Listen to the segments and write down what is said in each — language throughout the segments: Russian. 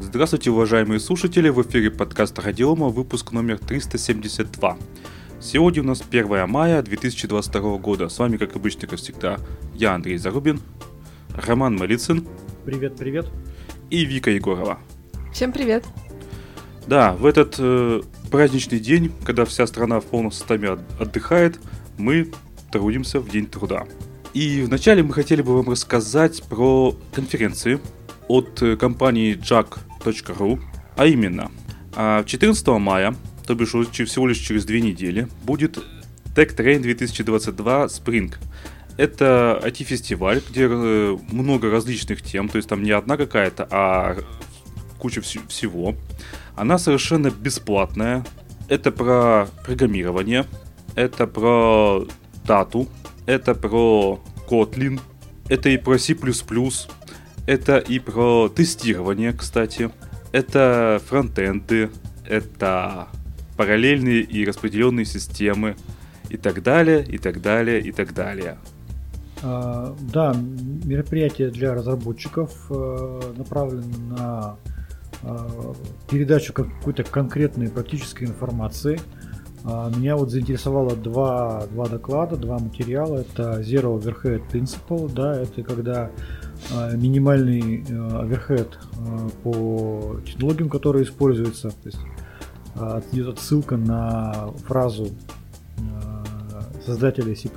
Здравствуйте, уважаемые слушатели, в эфире подкаста Радиома, выпуск номер 372. Сегодня у нас 1 мая 2022 года. С вами, как обычно, как всегда, я, Андрей Зарубин, Роман Малицын. Привет. И Вика Егорова. Всем привет. Да, в этот праздничный день, когда вся страна в полном составе отдыхает, мы трудимся в День труда. И вначале мы хотели бы вам рассказать про конференции от компании jack.ru, а именно 14 мая, то бишь всего лишь через 2 недели, будет TechTrain 2022 Spring. Это IT-фестиваль, где много различных тем, то есть там не одна какая-то, а куча всего. Она совершенно бесплатная. Это про программирование, это про дату, это про Kotlin, это и про C++, это и про тестирование, кстати, это фронтенды, это параллельные и распределенные системы и так далее, и так далее, и так далее. Да, мероприятие для разработчиков направлено на передачу какой-то конкретной практической информации. Меня вот заинтересовало два доклада, 2 материала. Это Zero Overhead Principle, да, это когда минимальный overhead по технологиям, которые используются. То есть идет отсылка на фразу создателя C++,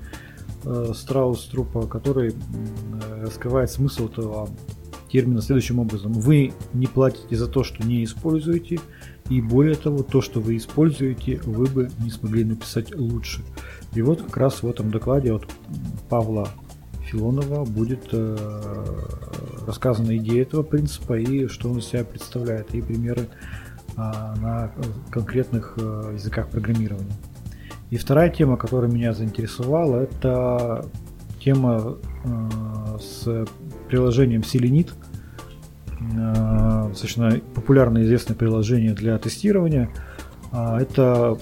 Страус-Трупа, который раскрывает смысл этого термина следующим образом. Вы не платите за то, что не используете, и более того, то, что вы используете, вы бы не смогли написать лучше. И вот как раз в этом докладе от Павла Филонова будет рассказана идея этого принципа и что он из себя представляет, и примеры на конкретных языках программирования. И вторая тема, которая меня заинтересовала, это тема с приложением Selenit. Достаточно популярное и известное приложение для тестирования. Это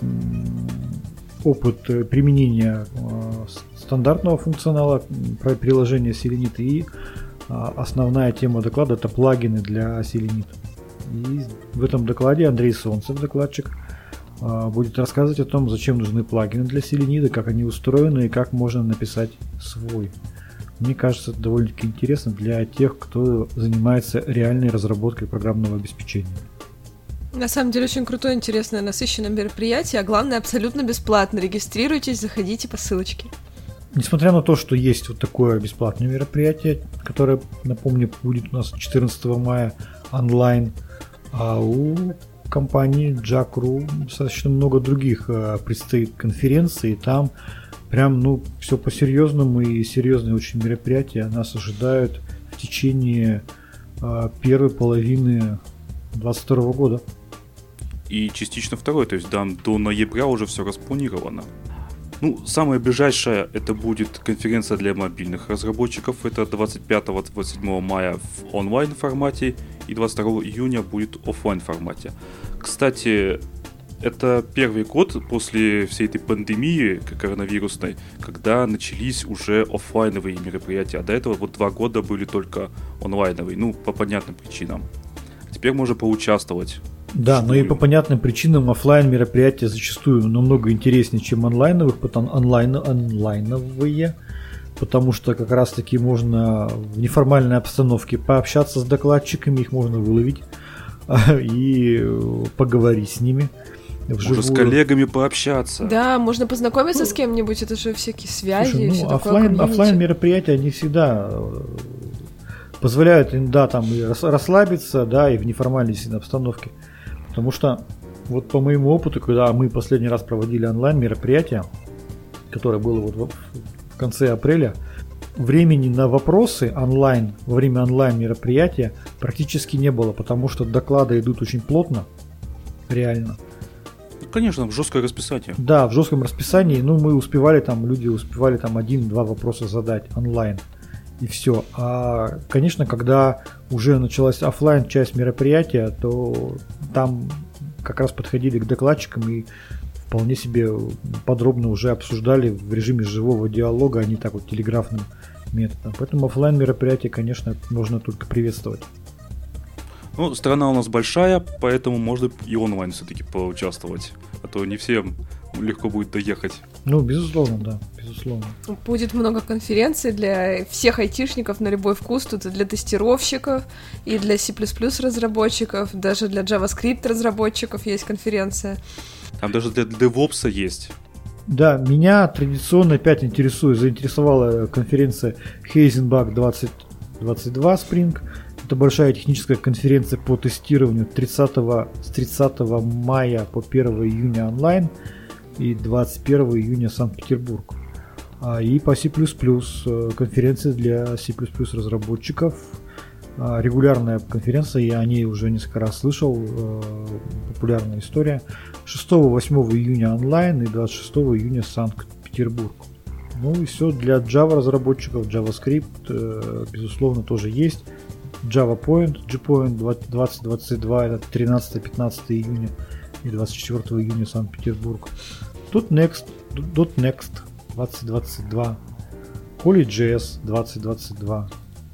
опыт применения стандартного функционала приложения Selenit, и основная тема доклада — это плагины для Selenit. И в этом докладе Андрей Солнцев, докладчик, будет рассказывать о том, зачем нужны плагины для Selenit, как они устроены и как можно написать свой. Мне кажется, это довольно-таки интересно для тех, кто занимается реальной разработкой программного обеспечения. На самом деле очень крутое, интересное, насыщенное мероприятие, а главное, абсолютно бесплатно. Регистрируйтесь, заходите по ссылочке. Несмотря на то, что есть вот такое бесплатное мероприятие, которое, напомню, будет у нас 14 мая онлайн, а у компании Jack.ru достаточно много других предстоит конференций, и там прям, все по-серьезному, и серьезные очень мероприятия нас ожидают в течение первой половины 2022 года. И частично второй, то есть до ноября уже все распланировано. Самое ближайшее это будет конференция для мобильных разработчиков. Это 25-27 мая в онлайн формате и 22 июня будет в офлайн формате. Кстати, это первый год после всей этой пандемии коронавирусной, когда начались уже офлайновые мероприятия. А до этого 2 года были только онлайновые, по понятным причинам. Теперь можно поучаствовать. Да, но и по понятным причинам офлайн мероприятия зачастую намного интереснее, чем онлайновые, потому что как раз таки можно в неформальной обстановке пообщаться с докладчиками, их можно выловить и поговорить с ними. Можно с коллегами пообщаться. Да, можно познакомиться с кем-нибудь, это же всякие связи. Слушай, офлайн мероприятия, они всегда позволяют им, и расслабиться, и в неформальной обстановке. Потому что, вот по моему опыту, когда мы последний раз проводили онлайн мероприятие, которое было в конце апреля, времени на вопросы онлайн, во время онлайн мероприятия практически не было, потому что доклады идут очень плотно, реально. Конечно, в жесткое расписание. Да, в жестком расписании, мы успевали люди успевали 1-2 вопроса задать онлайн. И все. А, конечно, когда уже началась офлайн часть мероприятия, то там как раз подходили к докладчикам и вполне себе подробно уже обсуждали в режиме живого диалога, а не так телеграфным методом. Поэтому офлайн мероприятие, конечно, можно только приветствовать. Ну, страна у нас большая, поэтому можно и онлайн все-таки поучаствовать. А то не всем легко будет доехать. Ну, безусловно, да, безусловно. Будет много конференций для всех айтишников на любой вкус. Тут и для тестировщиков, и для C++ разработчиков, даже для JavaScript разработчиков есть конференция. Там даже для DevOps есть. Да, меня традиционно опять заинтересовала конференция Heisenbug 2022 Spring. Это большая техническая конференция по тестированию с 30 мая по 1 июня онлайн и 21 июня Санкт-Петербург. И по C++ конференция для C++ разработчиков. Регулярная конференция, я о ней уже несколько раз слышал, популярная история. 6-8 июня онлайн и 26 июня Санкт-Петербург. Ну и все для Java разработчиков, JavaScript, безусловно, тоже есть. JavaPoint, Gpoint 2022, это 13-15 июня и 24 июня Санкт-Петербург. .next 2022, Holy.js 2022,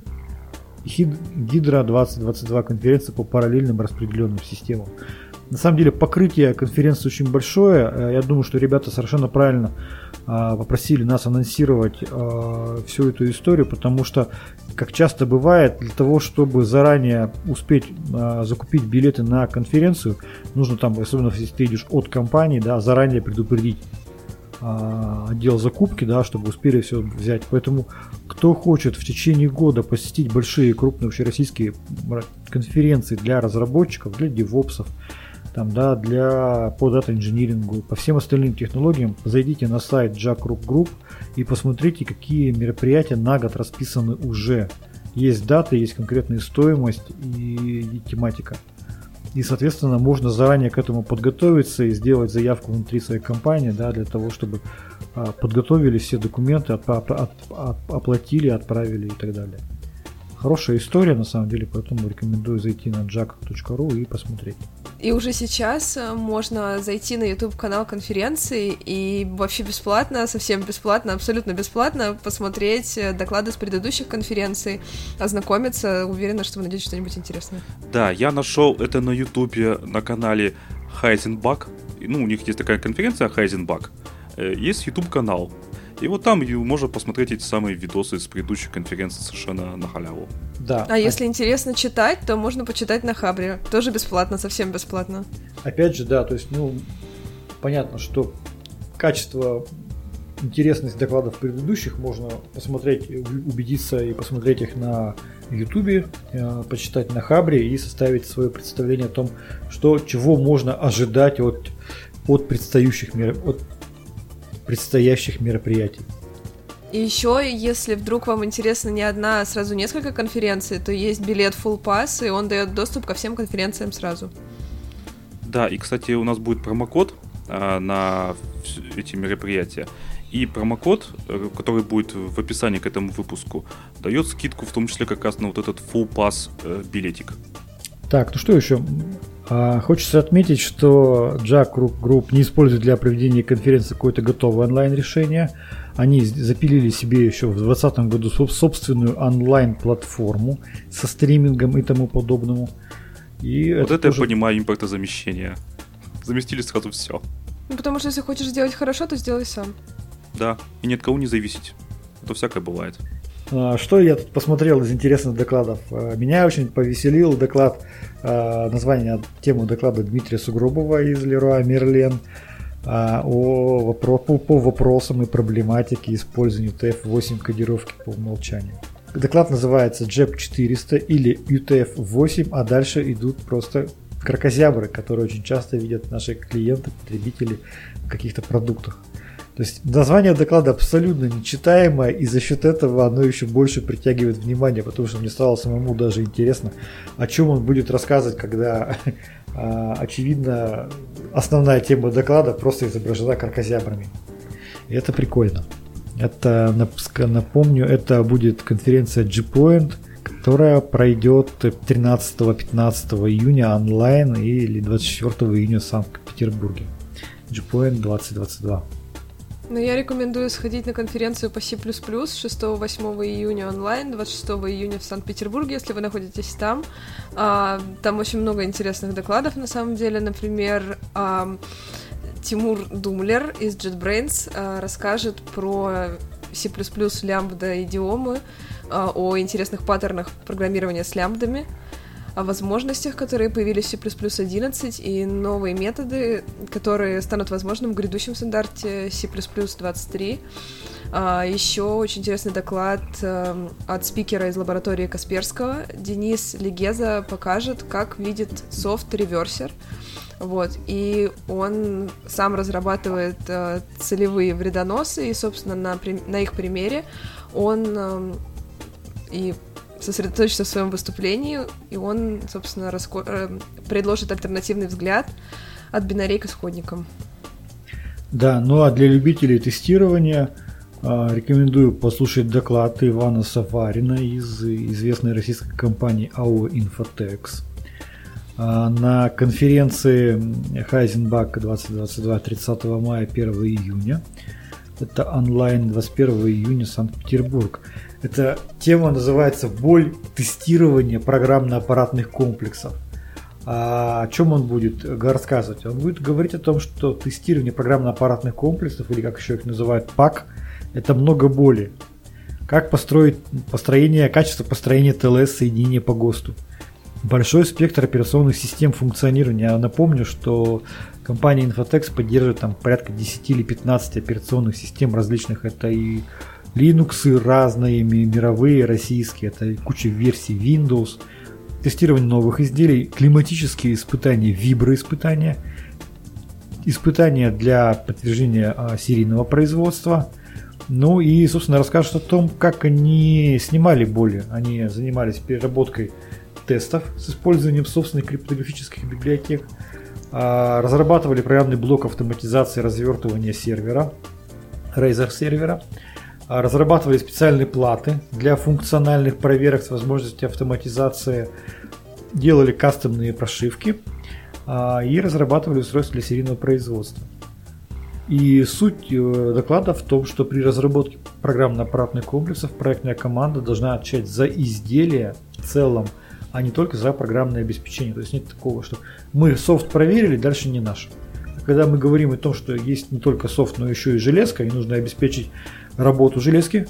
Hydra 2022, конференция по параллельным распределенным системам. На самом деле покрытие конференции очень большое. Я думаю, что ребята совершенно правильно попросили нас анонсировать всю эту историю, потому что, как часто бывает, для того, чтобы заранее успеть закупить билеты на конференцию, нужно там, особенно если ты идешь от компании, да, заранее предупредить отдел закупки, да, чтобы успели все взять. Поэтому, кто хочет в течение года посетить большие крупные общероссийские конференции для разработчиков, для девопсов, там, да, по дата-инжинирингу, по всем остальным технологиям, зайдите на сайт JAK Group и посмотрите, какие мероприятия на год расписаны уже. Есть даты, есть конкретная стоимость и тематика. И, соответственно, можно заранее к этому подготовиться и сделать заявку внутри своей компании, да, для того, чтобы подготовили все документы, оплатили, отправили и так далее. Хорошая история, на самом деле, поэтому рекомендую зайти на jak.ru и посмотреть. И уже сейчас можно зайти на YouTube-канал конференции и вообще бесплатно, совсем бесплатно, абсолютно бесплатно посмотреть доклады с предыдущих конференций, ознакомиться. Уверена, что вы найдете что-нибудь интересное. Да, я нашел это на YouTube на канале Heisenbug. Ну, у них есть такая конференция Heisenbug. Есть YouTube-канал. И вот там можно посмотреть эти самые видосы с предыдущих конференций совершенно на халяву. Да. А если интересно читать, то можно почитать на Хабре. Тоже бесплатно, совсем бесплатно. Опять же, да, то есть, понятно, что качество, интересность докладов предыдущих можно посмотреть, убедиться и посмотреть их на YouTube, почитать на Хабре и составить свое представление о том, чего можно ожидать от предстоящих мероприятий. И еще, если вдруг вам интересна не одна, а сразу несколько конференций, то есть билет Full Pass, и он дает доступ ко всем конференциям сразу. Да, и, кстати, у нас будет промокод на эти мероприятия. И промокод, который будет в описании к этому выпуску, дает скидку, в том числе как раз на вот этот Full Pass билетик. Так, ну что еще? Хочется отметить, что JAK Group не использует для проведения конференции какое-то готовое онлайн-решение. Они запилили себе еще в 2020 году собственную онлайн-платформу со стримингом и тому подобному. И вот это тоже... я понимаю, импортозамещение. Заместили сразу все. Ну, потому что если хочешь сделать хорошо, то сделай сам. Да, и ни от кого не зависеть. Это всякое бывает. Что я тут посмотрел из интересных докладов? Меня очень повеселил доклад, тему доклада Дмитрия Сугробова из Leroy Merlin по вопросам и проблематике использования UTF-8 кодировки по умолчанию. Доклад называется JEP 400 или UTF-8, а дальше идут просто кракозябры, которые очень часто видят наши клиенты, потребители в каких-то продуктах. То есть название доклада абсолютно нечитаемое, и за счет этого оно еще больше притягивает внимание, потому что мне стало самому даже интересно, о чем он будет рассказывать, когда, очевидно, основная тема доклада просто изображена кракозябрами. И это прикольно. Это, напомню, это будет конференция Gpoint, которая пройдет 13-15 июня онлайн или 24 июня в Санкт-Петербурге. Gpoint 2022. Но я рекомендую сходить на конференцию по C++ 6-8 июня онлайн, 26 июня в Санкт-Петербурге, если вы находитесь там. Там очень много интересных докладов, на самом деле. Например, Тимур Думлер из JetBrains расскажет про C++ лямбда идиомы, о интересных паттернах программирования с лямбдами, о возможностях, которые появились в C++ 11, и новые методы, которые станут возможным в грядущем стандарте C++ 23. Еще очень интересный доклад от спикера из лаборатории Касперского. Денис Легеза покажет, как видит софт-реверсер. Вот, и он сам разрабатывает целевые вредоносы, и, собственно, на их примере он и сосредоточится в своем выступлении, и он, собственно, предложит альтернативный взгляд от бинарей к исходникам. Да, ну а для любителей тестирования рекомендую послушать доклад Ивана Сафарина из известной российской компании АО «Инфотекс». На конференции Heisenbug 2022 30 мая 1 июня. Это онлайн 21 июня Санкт-Петербург. Эта тема называется «Боль тестирования программно-аппаратных комплексов». О чем он будет рассказывать? Он будет говорить о том, что тестирование программно-аппаратных комплексов, или как еще их называют, ПАК, это много боли. Как качество построения ТЛС-соединения по ГОСТу. Большой спектр операционных систем функционирования. Я напомню, что компания Infotex поддерживает там порядка 10 или 15 операционных систем различных. Это и Linux разные, мировые, российские, это куча версий Windows, тестирование новых изделий, климатические испытания, виброиспытания, испытания для подтверждения серийного производства. Ну и, собственно, расскажут о том, как они снимали боли. Они занимались переработкой тестов с использованием собственных криптографических библиотек, разрабатывали программный блок автоматизации развертывания сервера, Razer сервера, разрабатывали специальные платы для функциональных проверок с возможностью автоматизации, делали кастомные прошивки и разрабатывали устройства для серийного производства. И суть доклада в том, что при разработке программно-аппаратных комплексов проектная команда должна отвечать за изделие в целом, а не только за программное обеспечение. То есть нет такого, что мы софт проверили, дальше не наш. Когда мы говорим о том, что есть не только софт, но еще и железка, и нужно обеспечить работу железки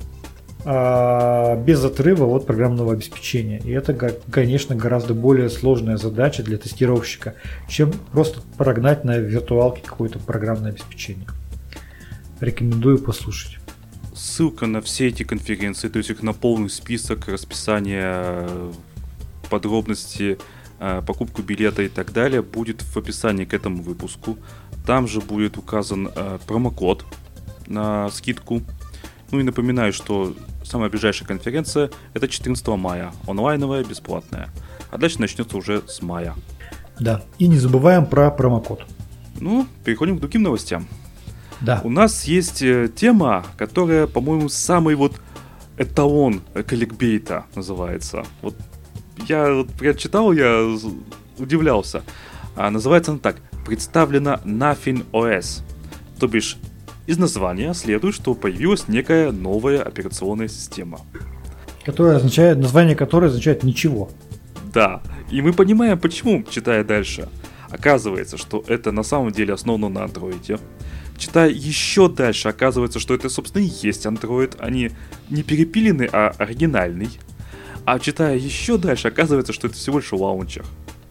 без отрыва от программного обеспечения. И это, конечно, гораздо более сложная задача для тестировщика, чем просто прогнать на виртуалке какое-то программное обеспечение. Рекомендую послушать. Ссылка на все эти конференции, то есть их на полный список, расписание, подробности, покупку билета и так далее будет в описании к этому выпуску. Там же будет указан промокод на скидку. Ну и напоминаю, что самая ближайшая конференция это 14 мая, онлайновая, бесплатная. А дальше начнется уже с мая. Да, и не забываем про промокод. Ну, переходим к другим новостям. Да. У нас есть тема, которая, по-моему, самый эталон кликбейта называется. Я прочитал, я удивлялся. Называется она так: представлена Nothing OS. То бишь, из названия следует, что появилась некая новая операционная система. Название которой означает ничего. Да, и мы понимаем, почему, читая дальше. Оказывается, что это на самом деле основано на Android. Читая еще дальше, оказывается, что это, собственно, и есть Android. Они не перепиленный, а оригинальный. А читая еще дальше, оказывается, что это всего лишь лаунчер.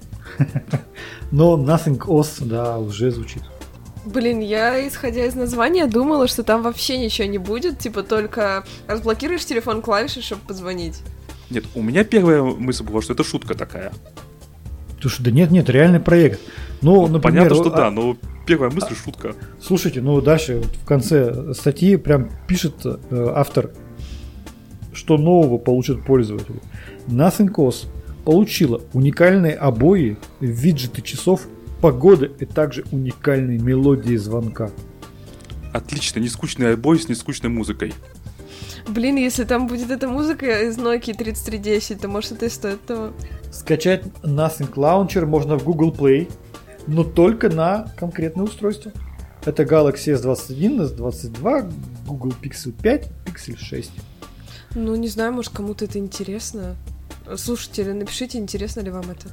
Но Nothing OS, да, уже звучит. Блин, я, исходя из названия, думала, что там вообще ничего не будет. Типа только разблокируешь телефон клавишей, чтобы позвонить. Нет, у меня первая мысль была, что это шутка такая. Слушай, да нет, реальный проект. Ну, например, понятно, что да, но первая мысль шутка. Слушайте, дальше в конце статьи прям пишет автор, что нового получат пользователи. Nothing OS получила уникальные обои, виджеты часов, погоды и также уникальные мелодии звонка. Отлично, нескучный обой с нескучной музыкой. Блин, если там будет эта музыка из Nokia 3310, то может это и стоит того. Скачать Nothing Launcher можно в Google Play, но только на конкретное устройство. Это Galaxy S21, S22, Google Pixel 5, Pixel 6. Ну, не знаю, может, кому-то это интересно. Слушатели, напишите, интересно ли вам это.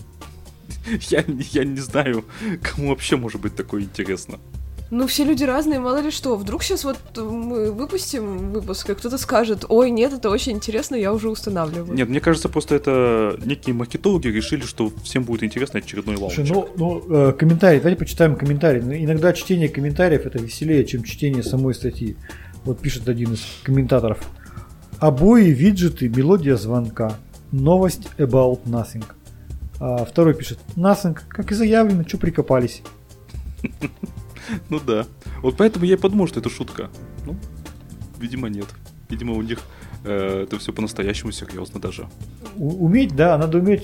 Я не знаю, кому вообще может быть такое интересно. Ну, все люди разные, мало ли что. Вдруг сейчас вот мы выпустим выпуск, и кто-то скажет: ой, нет, это очень интересно, я уже устанавливаю. Нет, мне кажется, просто это некие маркетологи решили, что всем будет интересно очередной лаунчер. Слушай, комментарии, давайте почитаем комментарии. Иногда чтение комментариев это веселее, чем чтение самой статьи. Вот пишет один из комментаторов. Обои, виджеты, мелодия звонка. Новость about nothing. А второй пишет: nothing, как и заявлено, что прикопались. Ну да. Вот поэтому я и подумал, что это шутка. Ну, видимо, нет. Видимо, у них это все по-настоящему серьезно даже. Уметь, да, надо уметь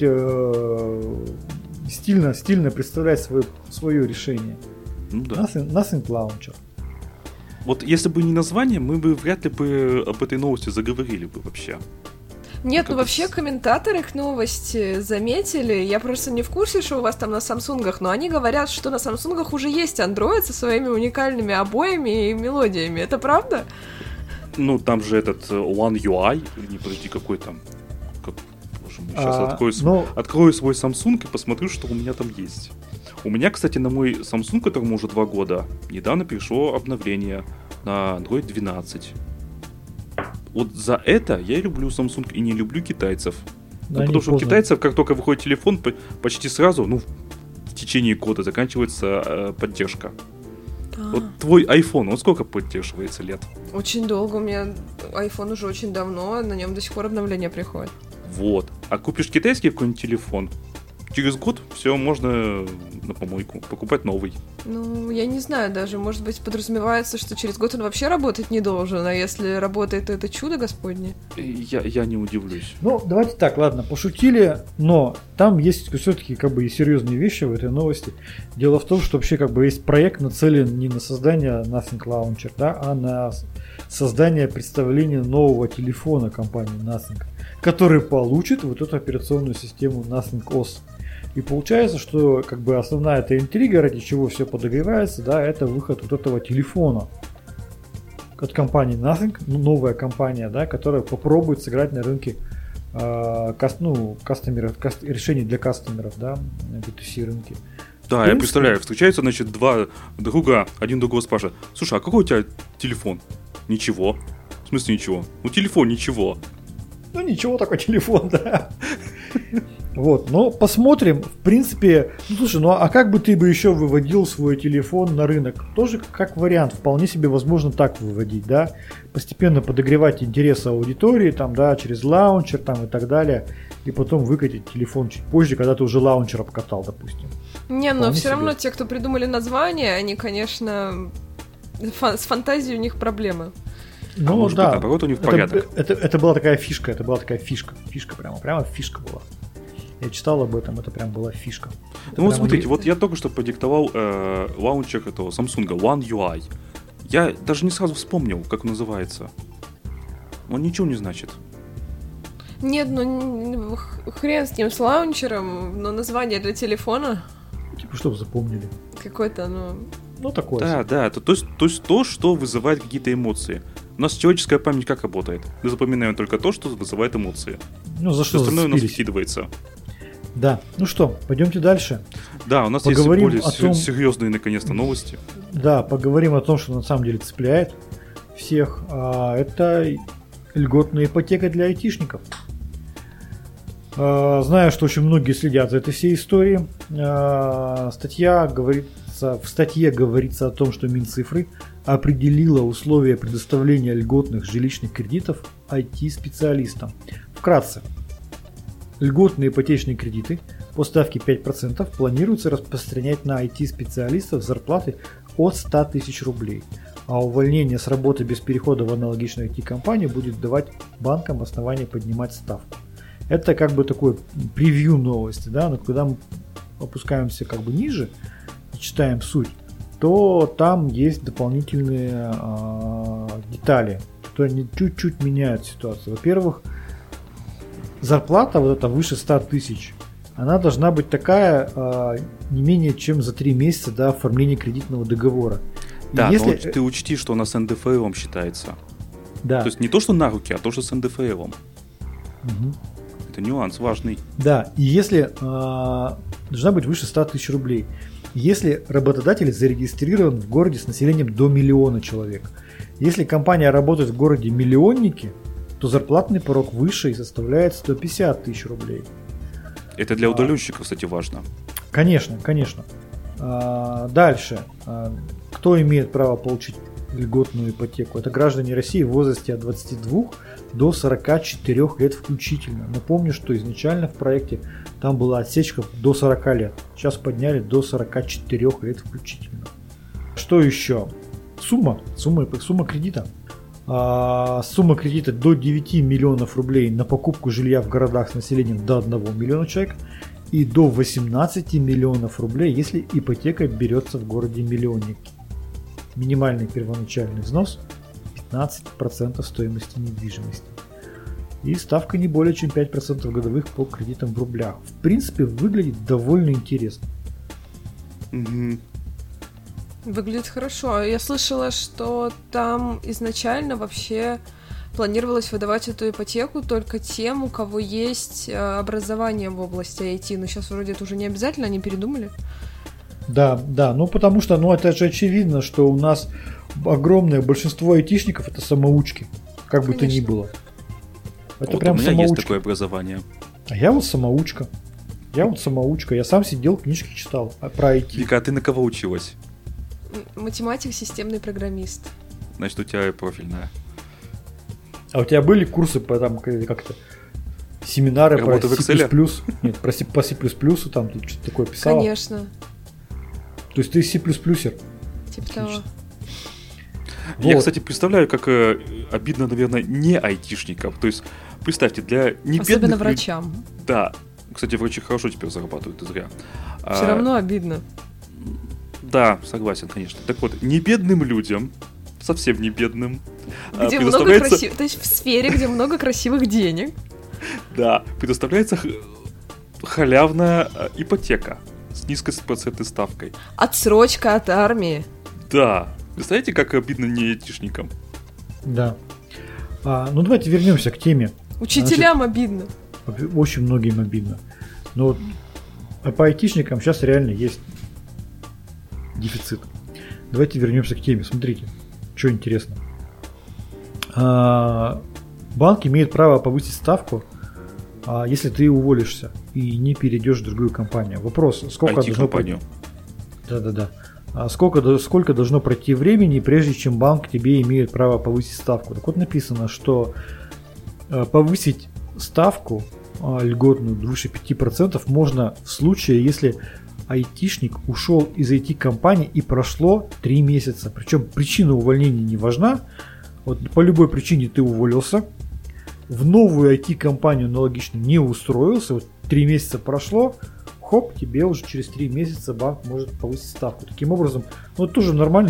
стильно представлять свое решение. Ну да. Nothing Launcher. Вот если бы не название, мы бы вряд ли бы об этой новости заговорили бы вообще. Нет, ну вообще комментаторы к новости заметили. Я просто не в курсе, что у вас там на Самсунгах, но они говорят, что на Самсунгах уже есть Android со своими уникальными обоями и мелодиями. Это правда? Ну, там же этот One UI, не подожди, какой там. Боже мой, сейчас открою свой Samsung и посмотрю, что у меня там есть. У меня, кстати, на мой Samsung, которому уже 2 года, недавно пришло обновление на Android 12. Вот за это я люблю Samsung и не люблю китайцев. Да, потому что у китайцев, как только выходит телефон, почти сразу, ну, в течение года заканчивается поддержка. Вот твой iPhone, он сколько поддерживается лет? Очень долго. У меня iPhone уже очень давно, на нем до сих пор обновления приходят. Вот. А купишь китайский какой-нибудь телефон, через год все, можно на помойку покупать новый. Ну, я не знаю даже. Может быть, подразумевается, что через год он вообще работать не должен, а если работает, то это чудо господне. Я не удивлюсь. Ну, давайте так, ладно, пошутили, но там есть все-таки как бы и серьезные вещи в этой новости. Дело в том, что вообще как бы есть проект, нацелен не на создание Nothing Launcher, да, а на создание представления нового телефона компании Nothing, который получит вот эту операционную систему Nothing OS. И получается, что как бы основная эта интрига, ради чего все подогревается, да, это выход вот этого телефона от компании Nothing, новая компания, да, которая попробует сыграть на рынке решений для кастомеров, да, на B2C рынке. Да, я представляю, встречаются, значит, два друга, один другого спрашивает: слушай, а какой у тебя телефон? Ничего. В смысле ничего? Ну, телефон ничего. Ну, ничего, такой телефон, да. Вот, но посмотрим. В принципе, ну слушай, ну а как бы ты бы еще выводил свой телефон на рынок? Тоже как вариант, вполне себе возможно так выводить, да. Постепенно подогревать интерес аудитории, там, да, через лаунчер там и так далее. И потом выкатить телефон чуть позже, когда ты уже лаунчер обкатал, допустим. Не, но все равно те, кто придумали название, они, конечно, с фантазией у них проблемы. Ну, а может да, быть, наоборот, у них порядок. Это была такая фишка, фишка прямо фишка была. Я читал об этом, это прям была фишка. Ну вот смотрите, вот я только что продиктовал лаунчер этого Samsung One UI. Я даже не сразу вспомнил, как он называется. Он ничего не значит. Нет, ну хрен с ним, с лаунчером, но название для телефона. Типа, чтобы запомнили. Какой-то, ну такое. Да, то есть то, что вызывает какие-то эмоции. У нас человеческая память как работает? Мы запоминаем только то, что вызывает эмоции. Ну, за что остальное у нас вкидывается. Да, ну что, пойдемте дальше. Да, у нас поговорим есть более серьезные, наконец-то, новости. Да, поговорим о том, что на самом деле цепляет всех. Это льготная ипотека для айтишников. Знаю, что очень многие следят за этой всей историей. В статье говорится о том, что Минцифры определила условия предоставления льготных жилищных кредитов IT-специалистам. Вкратце. Льготные ипотечные кредиты по ставке 5% планируется распространять на IT-специалистов зарплаты от 100 тысяч рублей, а увольнение с работы без перехода в аналогичную IT-компанию будет давать банкам основание поднимать ставку. Это как бы такой превью новости, да, но когда мы опускаемся как бы ниже и читаем суть, то там есть дополнительные детали, которые чуть-чуть меняют ситуацию. Во-первых, зарплата вот эта выше 100 тысяч, она должна быть такая не менее чем за 3 месяца до оформления кредитного договора. Да, если... но ты учти, что у нас НДФЛом считается. Да. То есть не то, что на руки, а то, что с НДФЛом. Угу. Это нюанс важный. Да, и если должна быть выше 100 тысяч рублей, если работодатель зарегистрирован в городе с населением до 1 миллиона человек. Если компания работает в городе миллионники, то зарплатный порог выше и составляет 150 тысяч рублей. Это для удаленщиков, кстати, важно. Конечно, конечно. Дальше. Кто имеет право получить льготную ипотеку? Это граждане России в возрасте от 22 до 44 лет включительно. Напомню, что изначально в проекте там была отсечка до 40 лет. Сейчас подняли до 44 лет включительно. Что еще? Сумма кредита. Сумма кредита до 9 миллионов рублей на покупку жилья в городах с населением до 1 миллиона человек и до 18 миллионов рублей, если ипотека берется в городе миллионники. Минимальный первоначальный взнос 15% стоимости недвижимости. И ставка не более чем 5% годовых по кредитам в рублях. В принципе, выглядит довольно интересно. Угу. Выглядит хорошо. Я слышала, что там изначально вообще планировалось выдавать эту ипотеку только тем, у кого есть образование в области IT. Но сейчас вроде это уже не обязательно, они передумали. Да, ну потому что, это же очевидно, что у нас огромное большинство айтишников это самоучки, как бы то ни было. Это вот прям у меня самоучка. есть такое образование. А я вот самоучка. Я сам сидел, книжки читал про IT. Вика, а ты на кого училась? Математик, системный программист. Значит, у тебя профильная. А у тебя были курсы по там как-то семинары работа про в Excel? Нет, по C++, там ты что-то такое писала? Конечно. То есть ты C++-ер? Типа того. Я, кстати, представляю, как обидно, наверное, не айтишникам. То есть, представьте, для не особенно бедных врачам. Да. Кстати, врачи хорошо теперь зарабатывают, и зря. Все равно обидно. Да, согласен, конечно. Так вот, не бедным людям, совсем не бедным, где много красивых, то есть в сфере, где много красивых денег. Да, предоставляется халявная ипотека с низкой процентной ставкой. Отсрочка от армии. Да. Представляете, как обидно не айтишникам? Да. Давайте вернемся к теме. Учителям обидно. Очень многим обидно. Но по айтишникам сейчас реально есть дефицит. Давайте вернемся к теме. Смотрите, что интересно. Банк имеет право повысить ставку, если ты уволишься и не перейдешь в другую компанию. Вопрос, сколько должно пройти? Да. Сколько должно пройти времени, прежде чем банк тебе имеет право повысить ставку? Так вот написано, что повысить ставку льготную выше 5% можно в случае, если айтишник ушел из IT-компании и прошло 3 месяца. Причем причина увольнения не важна. Вот по любой причине ты уволился, в новую IT-компанию аналогично не устроился, вот 3 месяца прошло, хоп, тебе уже через 3 месяца банк может повысить ставку. Таким образом, тоже нормальный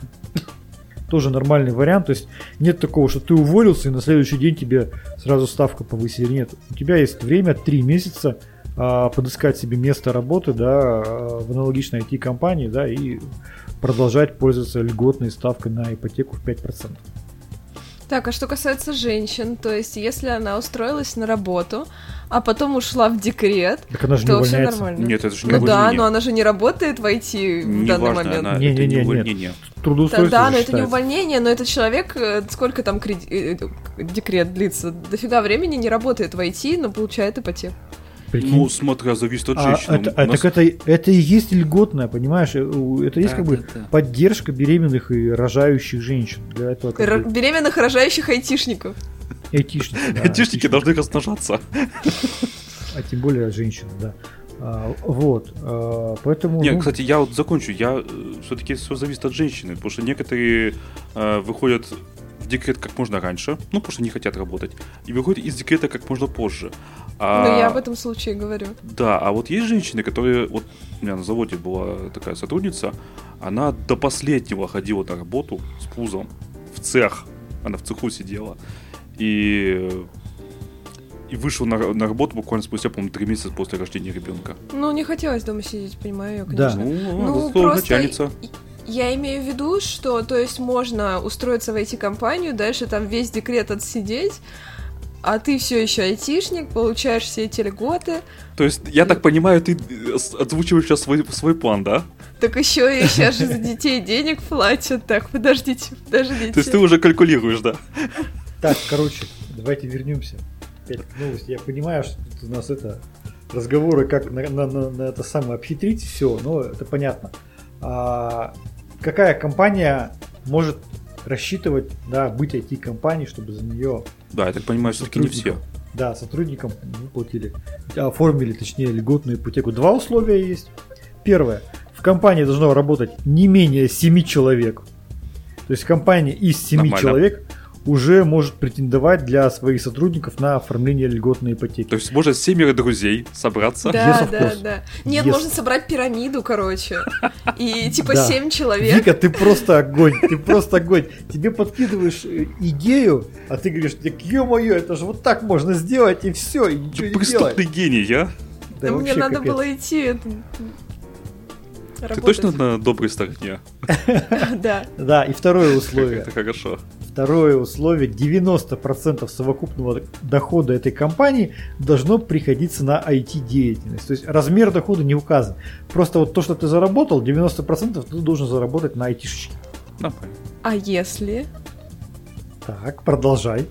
вариант. То есть нет такого, что ты уволился и на следующий день тебе сразу ставку повысили. Нет, у тебя есть время 3 месяца подыскать себе место работы, в аналогичной IT-компании, и продолжать пользоваться льготной ставкой на ипотеку в 5%. Так, а что касается женщин, то есть если она устроилась на работу, а потом ушла в декрет, так она же то не все увольняется. нормально. Нет, это же не да, увольнение. но она же не работает в IT в данный момент. Это не увольнение. Трудоустройство Да, но это считается. не увольнение, но этот человек, сколько там декрет длится, дофига времени не работает в IT, но получает ипотеку. Прикинь. Смотря, зависит от женщины. Это и есть льготное, понимаешь? Это есть поддержка беременных и рожающих женщин. Для этого беременных и рожающих айтишников. Айтишники должны размножаться. А тем более женщины, да. Поэтому... Нет, кстати, я закончу. Все-таки все зависит от женщины, потому что некоторые выходят в декрет как можно раньше, потому что не хотят работать, и выходят из декрета как можно позже. Я об этом случае говорю. Да, а вот есть женщины, которые... Вот у меня на заводе была такая сотрудница, она до последнего ходила на работу с пузом в цех. Она в цеху сидела. И вышел на работу буквально спустя, по-моему, 3 месяца после рождения ребенка. Не хотелось дома сидеть, понимаю ее, конечно. Да. Просто начальница. Я имею в виду, что, то есть, можно устроиться в IT-компанию, дальше там весь декрет отсидеть, а ты все еще айтишник, получаешь все эти льготы. То есть, я так понимаю, ты озвучиваешь сейчас свой план, да? Так еще и сейчас же за детей денег платят. Так, подождите. То есть ты уже калькулируешь, да? Так, короче, давайте вернемся опять к новости. Я понимаю, что тут у нас разговоры, как на это самое обхитрить все, но это понятно. Какая компания может рассчитывать, да, быть IT-компанией, чтобы за нее... Да, я так понимаю, все-таки не все. Да, сотрудникам выплатили, оформили, точнее, льготную ипотеку. 2 условия есть. Первое. В компании должно работать не менее 7 человек. То есть компания из 7 Нормально. Человек уже может претендовать для своих сотрудников на оформление льготной ипотеки. То есть может 7 друзей собраться? Да. Нет, можно собрать пирамиду, короче. И типа 7 человек. Вика, ты просто огонь, Тебе подкидываешь идею, а ты говоришь, так ё-моё, это же вот так можно сделать, и все, и ничего не делать. Преступный гений, а? Да мне надо было идти... Ты точно на доброй стороне? Да. Да, и второе условие. Это хорошо. Второе условие. 90% совокупного дохода этой компании должно приходиться на IT-деятельность. То есть размер дохода не указан. Просто вот то, что ты заработал, 90% ты должен заработать на IT-шечке. А если? Так, продолжай.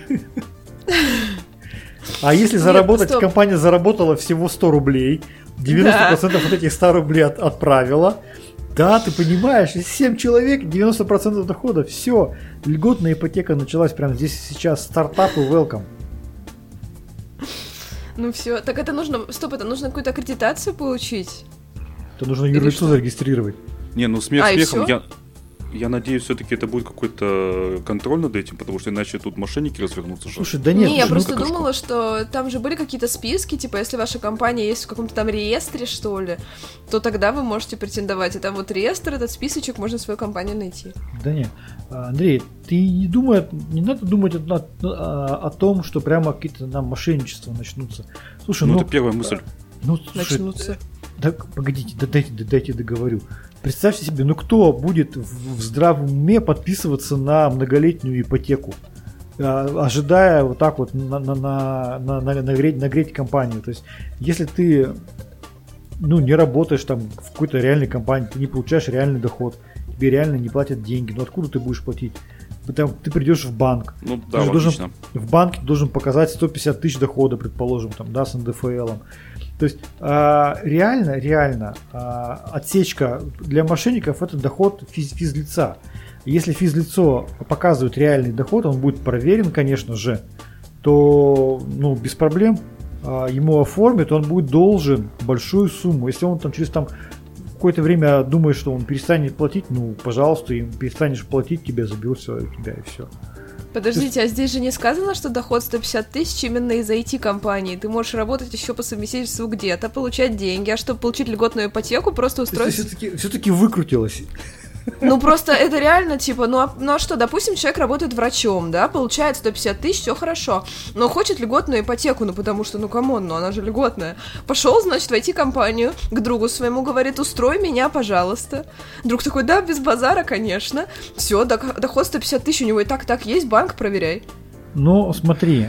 А если заработать, компания заработала всего 100 рублей, 90% от этих 100 рублей отправила. Да, ты понимаешь, 7 человек, 90% дохода, все. Льготная ипотека началась прямо здесь и сейчас. Стартапы welcome. Ну все, так это нужно, это нужно какую-то аккредитацию получить? Это нужно юрлицо зарегистрировать. Не, ну смехом, я надеюсь, все-таки это будет какой-то контроль над этим, потому что иначе тут мошенники развернутся. Слушай, да нет. Не, я просто думала, что там же были какие-то списки, типа, если ваша компания есть в каком-то там реестре, что ли, то тогда вы можете претендовать. И там вот реестр, этот списочек, можно свою компанию найти. Да нет. Андрей, ты не надо думать о том, что прямо какие-то нам мошенничества начнутся. Слушай, это первая мысль. Начнутся. Да, погодите, дайте договорю. Представьте себе, кто будет в здравом уме подписываться на многолетнюю ипотеку, ожидая вот так вот нагреть компанию. То есть, если ты не работаешь там в какой-то реальной компании, ты не получаешь реальный доход, тебе реально не платят деньги, откуда ты будешь платить? Ты придешь в банк, в банке должен показать 150 тысяч дохода, предположим, с НДФЛом. То есть реально отсечка для мошенников — это доход физлица. Если физлицо показывает реальный доход, он будет проверен, конечно же, то без проблем ему оформят, он будет должен большую сумму. Если он через какое-то время думает, что он перестанет платить, пожалуйста, им перестанешь платить, тебя заберут все у тебя и все. Подождите, а здесь же не сказано, что доход 150 тысяч именно из IT-компании. Ты можешь работать еще по совместительству где-то, получать деньги, а чтобы получить льготную ипотеку, просто устроиться... Все-таки выкрутилось. Просто это реально, а что, допустим, человек работает врачом, да, получает 150 тысяч, все хорошо, но хочет льготную ипотеку, потому что, камон, она же льготная. Пошел, значит, в IT-компанию, к другу своему говорит, устрой меня, пожалуйста. Друг такой, да, без базара, конечно. Все, доход 150 тысяч у него и так есть, банк проверяй. Смотри,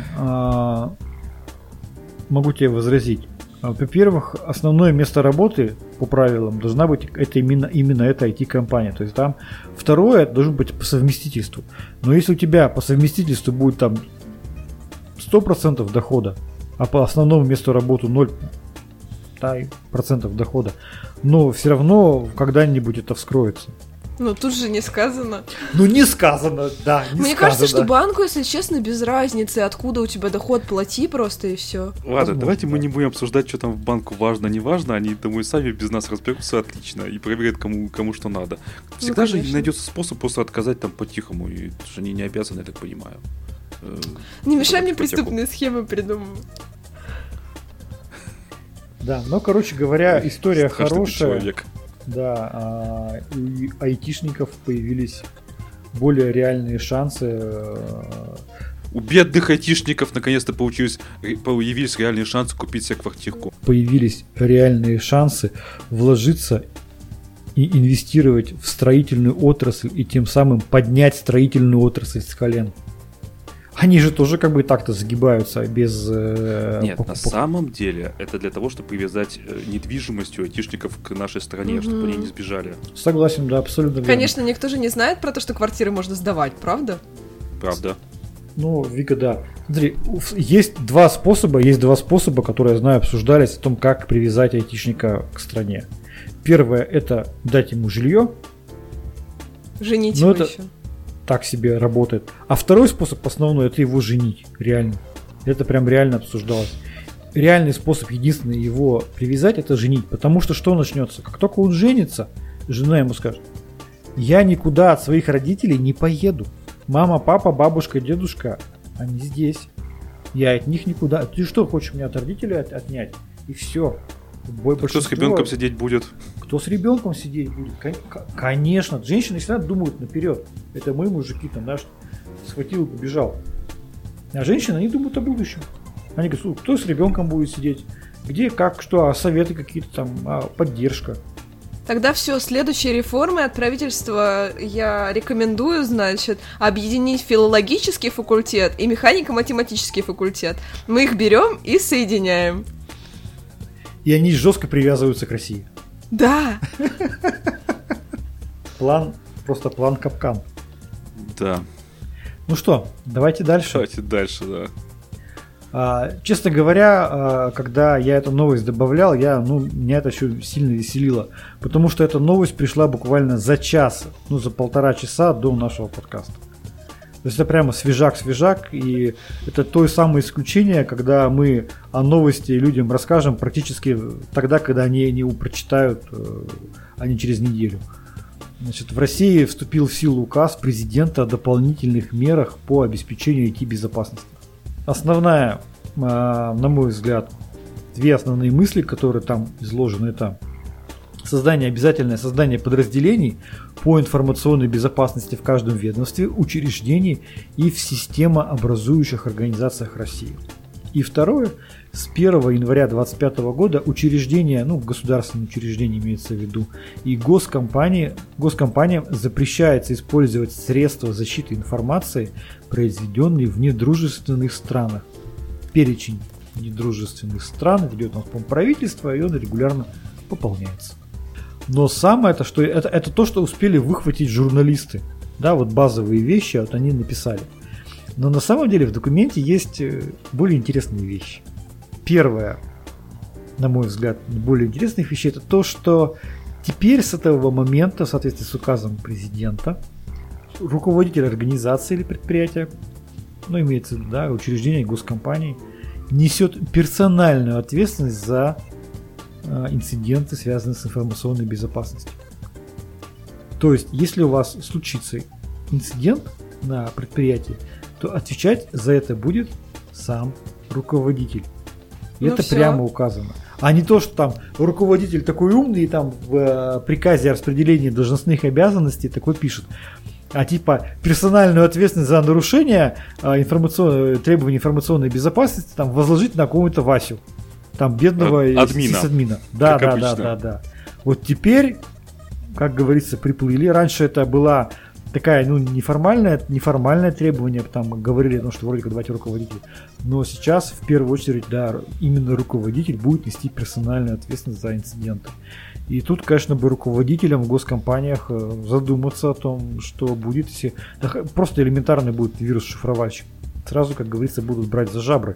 могу тебе возразить. Во-первых, основное место работы по правилам должна быть именно эта IT-компания. То есть там второе должно быть по совместительству. Но если у тебя по совместительству будет 100% дохода, а по основному месту работы 0% дохода, но все равно когда-нибудь это вскроется. Тут же не сказано. Не сказано, да, не Мне кажется, что банку, если честно, без разницы, откуда у тебя доход, плати просто и все. Ладно, давайте мы не будем обсуждать, что там в банку важно, не важно. Они, думаю, сами без нас разберутся отлично и проверят, кому что надо. Всегда же найдется способ просто отказать по-тихому, и что они не обязаны, я так понимаю. Не мешай мне преступные схемы придумывать. Да, короче говоря, история хорошая. Человек. Да, у айтишников появились более реальные шансы. У бедных айтишников наконец-то появились реальные шансы купить себе квартирку. Появились реальные шансы вложиться и инвестировать в строительную отрасль и тем самым поднять строительную отрасль с колен. Они же тоже как бы так-то загибаются без... Нет, на самом деле это для того, чтобы привязать недвижимостью айтишников к нашей стране, чтобы они не сбежали. Согласен, да, абсолютно верно. Конечно, никто же не знает про то, что квартиры можно сдавать, правда? Правда. Ну, Вика, да. Смотри, есть два способа, которые, я знаю, обсуждались о том, как привязать айтишника к стране. Первое – это дать ему жилье. Женить его это еще. Так себе работает. А второй способ основной – это его женить, реально. Это прям реально обсуждалось. Реальный способ, единственный его привязать – это женить. Потому что начнется? Как только он женится, жена ему скажет: я никуда от своих родителей не поеду. Мама, папа, бабушка, дедушка, они здесь. Я от них никуда. Ты что, хочешь меня от родителей отнять? И все. Кто с ребенком сидеть будет? Кто с ребенком сидеть будет? Конечно. Женщины всегда думают наперед. Это мы, мужики, там, да, схватил и побежал. А женщины, они думают о будущем. Они говорят: кто с ребенком будет сидеть? Где, как, что, советы какие-то там, поддержка. Тогда все, следующие реформы от правительства я рекомендую, значит, объединить филологический факультет и механико-математический факультет. Мы их берем и соединяем. И они жестко привязываются к России. Да. Просто план капкан. Да. Ну что, давайте дальше. Давайте дальше, да. Честно говоря, когда я эту новость добавлял, меня это еще сильно веселило, потому что эта новость пришла буквально за час, за 1,5 часа до нашего подкаста. То есть это прямо свежак, и это то самое исключение, когда мы о новости людям расскажем практически тогда, когда они его прочитают, а не через неделю. Значит, в России вступил в силу указ президента о дополнительных мерах по обеспечению IT-безопасности. Основная, на мой взгляд, две основные мысли, которые там изложены, это обязательное создание подразделений по информационной безопасности в каждом ведомстве, учреждении и в системообразующих организациях России. И второе, с 1 января 2025 года учреждения, государственные учреждения имеется в виду, и госкомпаниям запрещается использовать средства защиты информации, произведенные в недружественных странах. Перечень недружественных стран ведет у нас, по-моему, правительство, и он регулярно пополняется. Но самое это, что это то, что успели выхватить журналисты. Да, вот базовые вещи вот они написали. Но на самом деле в документе есть более интересные вещи. Первое, на мой взгляд, более интересных вещей, это то, что теперь с этого момента, в соответствии с указом президента, руководитель организации или предприятия, имеется в виду, да, учреждения, госкомпании, несет персональную ответственность за инциденты, связанные с информационной безопасностью. То есть, если у вас случится инцидент на предприятии, то отвечать за это будет сам руководитель. И это все. Прямо указано. А не то, что там руководитель такой умный, и там в приказе о распределении должностных обязанностей такой пишет. А типа персональную ответственность за нарушение требований информационной безопасности там возложить на какого-то Васю. Там бедного сисадмина. Да. Вот теперь, как говорится, приплыли. Раньше это была такая, неформальное требование, там говорили о том, что вроде как давайте руководитель. Но сейчас, в первую очередь, да, именно руководитель будет нести персональную ответственность за инциденты. И тут, конечно, бы руководителям в госкомпаниях задуматься о том, что будет, если просто элементарный будет вирус-шифровальщик. Сразу, как говорится, будут брать за жабры.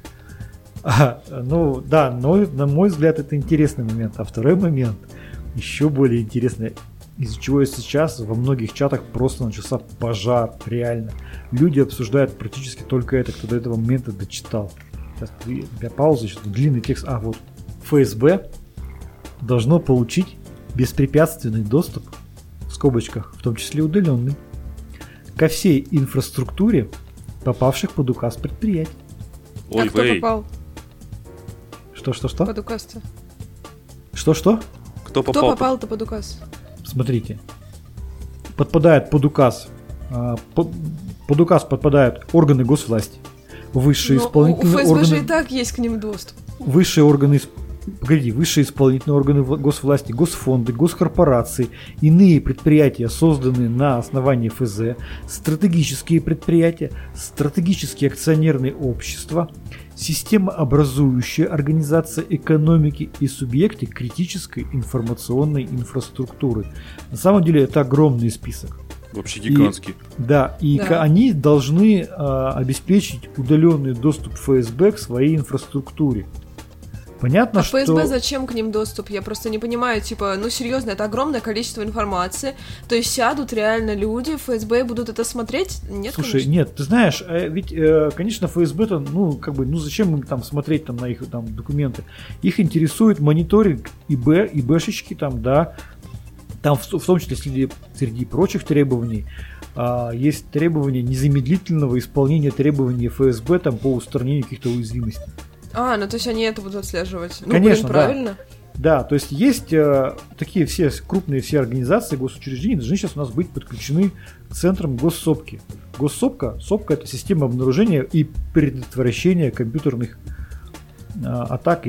Но на мой взгляд, это интересный момент. А второй момент, еще более интересный, из-за чего сейчас во многих чатах просто начался пожар, реально. Люди обсуждают практически только это, кто до этого момента дочитал. Сейчас я паузу, сейчас длинный текст. Вот ФСБ должно получить беспрепятственный доступ, в скобочках, в том числе удаленный, ко всей инфраструктуре, попавших под указ предприятий. А кто попал? Что? Под указ-то. Что? Кто попал-то под указ? Смотрите. Подпадает под указ. Под указ подпадают органы госвласти, высшие исполнительные органы. У ФСБ же и так есть к ним доступ. Высшие органы высшие исполнительные органы госвласти, госфонды, госкорпорации, иные предприятия, созданные на основании ФЗ, стратегические предприятия, стратегические акционерные общества, системообразующие организации экономики и субъекты критической информационной инфраструктуры. На самом деле это огромный список. Вообще гигантский. Да, они должны обеспечить удаленный доступ ФСБ к своей инфраструктуре. Понятно, что... ФСБ зачем к ним доступ? Я просто не понимаю, серьезно, это огромное количество информации, то есть сядут реально люди, ФСБ и будут это смотреть? Нет, слушай, конечно. Нет, ты знаешь, ведь, конечно, ФСБ-то, зачем им там смотреть там на их там документы? Их интересует мониторинг ИБшечки там, да, там в том числе среди прочих требований есть требования незамедлительного исполнения требований ФСБ там по устранению каких-то уязвимостей. То есть они это будут отслеживать. Конечно, правильно. Да, то есть есть такие все крупные все организации, госучреждения должны сейчас у нас быть подключены к центрам госсопки. Сопка это система обнаружения и предотвращения компьютерных атак,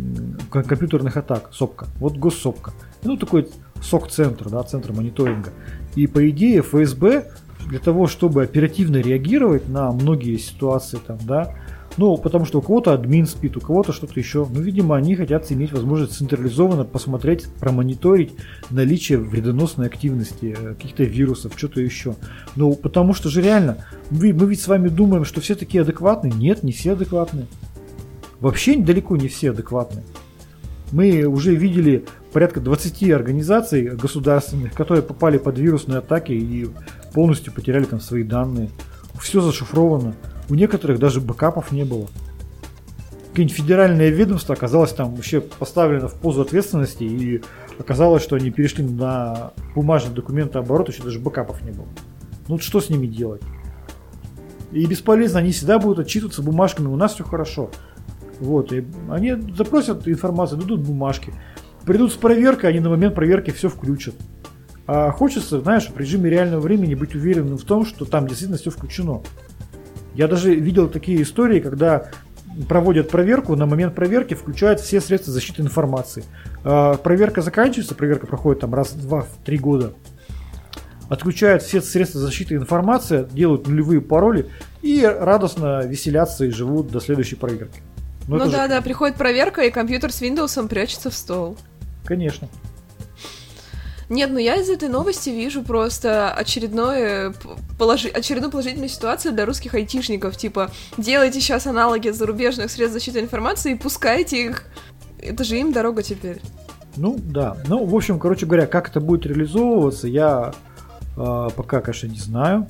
СОПКа. Вот госсопка. Такой СОК-центр, да, центр мониторинга. И по идее ФСБ для того, чтобы оперативно реагировать на многие ситуации там, да, потому что у кого-то админ спит, у кого-то что-то еще. Видимо, они хотят иметь возможность централизованно посмотреть, промониторить наличие вредоносной активности, каких-то вирусов, что-то еще. Потому что же реально, мы ведь с вами думаем, что все такие адекватные. Нет, не все адекватные. Вообще далеко не все адекватные. Мы уже видели порядка 20 организаций государственных, которые попали под вирусные атаки и полностью потеряли там свои данные. Все зашифровано. У некоторых даже бэкапов не было. Какие-нибудь федеральное ведомство оказалось там вообще поставлено в позу ответственности, и оказалось, что они перешли на бумажный документооборот, еще даже бэкапов не было. Что с ними делать? И бесполезно, они всегда будут отчитываться бумажками, у нас все хорошо. И они запросят информацию, дадут бумажки. Придут с проверкой, они на момент проверки все включат. А хочется, знаешь, в режиме реального времени быть уверенным в том, что там действительно все включено. Я даже видел такие истории, когда проводят проверку, на момент проверки включают все средства защиты информации. Проверка заканчивается, проверка проходит там раз, два, 3 года. Отключают все средства защиты информации, делают нулевые пароли и радостно веселятся и живут до следующей проверки. Приходит проверка, и компьютер с Windows прячется в стол. Конечно. Нет, я из этой новости вижу просто очередную положительную ситуацию для русских айтишников. Делайте сейчас аналоги зарубежных средств защиты информации и пускайте их. Это же им дорога теперь. Да. В общем, короче говоря, как это будет реализовываться, я пока, конечно, не знаю.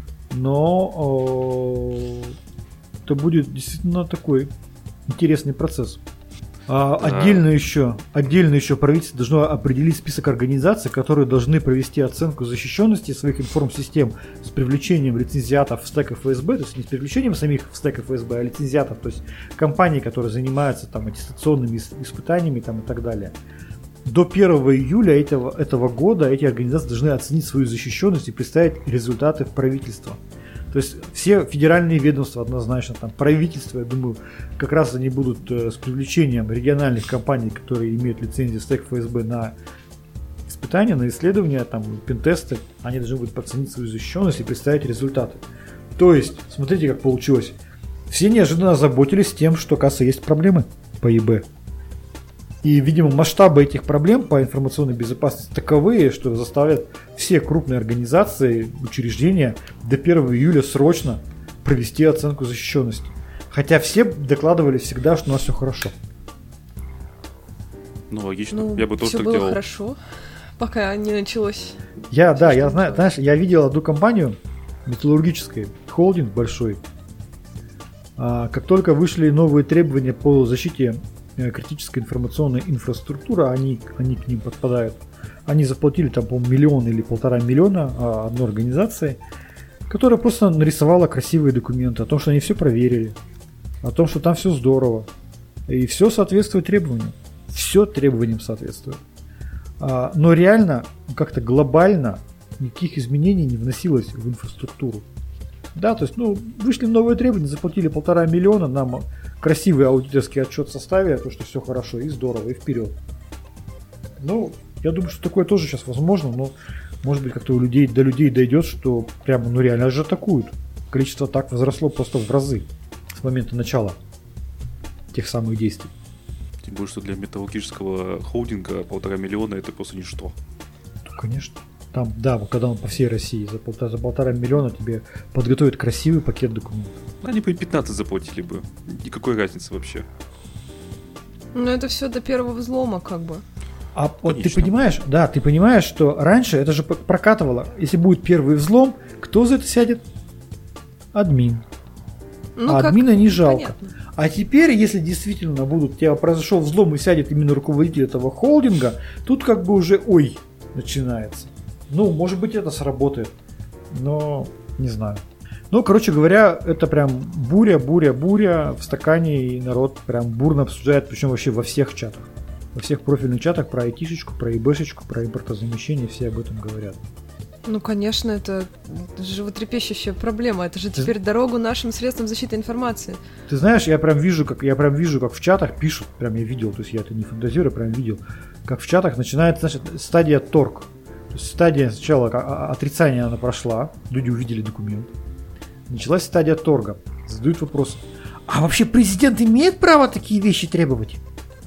Но это будет действительно такой интересный процесс. Отдельно еще правительство должно определить список организаций, которые должны провести оценку защищенности своих информсистем с привлечением лицензиатов в стек ФСБ, то есть не с привлечением самих в стек ФСБ, а лицензиатов, то есть компаний, которые занимаются там аттестационными испытаниями там, и так далее. До 1 июля этого года эти организации должны оценить свою защищенность и представить результаты в правительство. То есть все федеральные ведомства однозначно, там правительство, я думаю, как раз они будут с привлечением региональных компаний, которые имеют лицензию стек ФСБ на испытания, на исследования, там, пентесты, они должны будут оценить свою защищенность и представить результаты. То есть, смотрите, как получилось. Все неожиданно озаботились тем, что, оказывается, есть проблемы по ИБ. И, видимо, масштабы этих проблем по информационной безопасности таковые, что заставляют все крупные организации, учреждения до 1 июля срочно провести оценку защищенности. Хотя все докладывали всегда, что у нас все хорошо. Логично. Я бы тоже так делал. Все было хорошо, пока не началось. Я знаю, знаешь, я видел одну компанию, металлургический холдинг большой. Как только вышли новые требования по защите критической информационной инфраструктуры, они к ним подпадают. Они заплатили там, по-моему, 1 миллион или 1,5 миллиона одной организации, которая просто нарисовала красивые документы о том, что они все проверили, о том, что там все здорово, и все соответствует требованиям. Все требованиям соответствует. Но реально, как-то глобально никаких изменений не вносилось в инфраструктуру. Да, то есть, вышли новые требования, заплатили 1,5 миллиона, нам красивый аудиторский отчет составили, то, что все хорошо и здорово, и вперед. Я думаю, что такое тоже сейчас возможно, но может быть как-то до людей дойдет, что прямо, реально же атакуют. Количество атак возросло просто в разы с момента начала тех самых действий. Тем более, что для металлургического холдинга 1,5 миллиона это просто ничто. Конечно. Там, да, когда он по всей России за 1,5 миллиона тебе подготовит красивый пакет документов. Они бы и 15 заплатили бы. Никакой разницы вообще. Это все до первого взлома как бы. А вот ты понимаешь, что раньше это же прокатывало. Если будет первый взлом, кто за это сядет? Админ. Админа не жалко. Понятно. А теперь, если действительно у тебя произошел взлом и сядет именно руководитель этого холдинга, тут как бы уже начинается. Может быть, это сработает, но не знаю. Короче говоря, это прям буря в стакане, и народ прям бурно обсуждает, причем вообще во всех чатах. Во всех профильных чатах про айтишечку, про ИБшечку, про импортозамещение, все об этом говорят. Конечно, это животрепещущая проблема. Это же теперь дорогу нашим средствам защиты информации. Ты знаешь, я прям вижу, как в чатах пишут, прям я видел, то есть я это не фантазирую, прям видел, как в чатах начинается, стадия торг. То есть стадия сначала отрицания она прошла, люди увидели документ. Началась стадия торга. Задают вопрос: а вообще президент имеет право такие вещи требовать?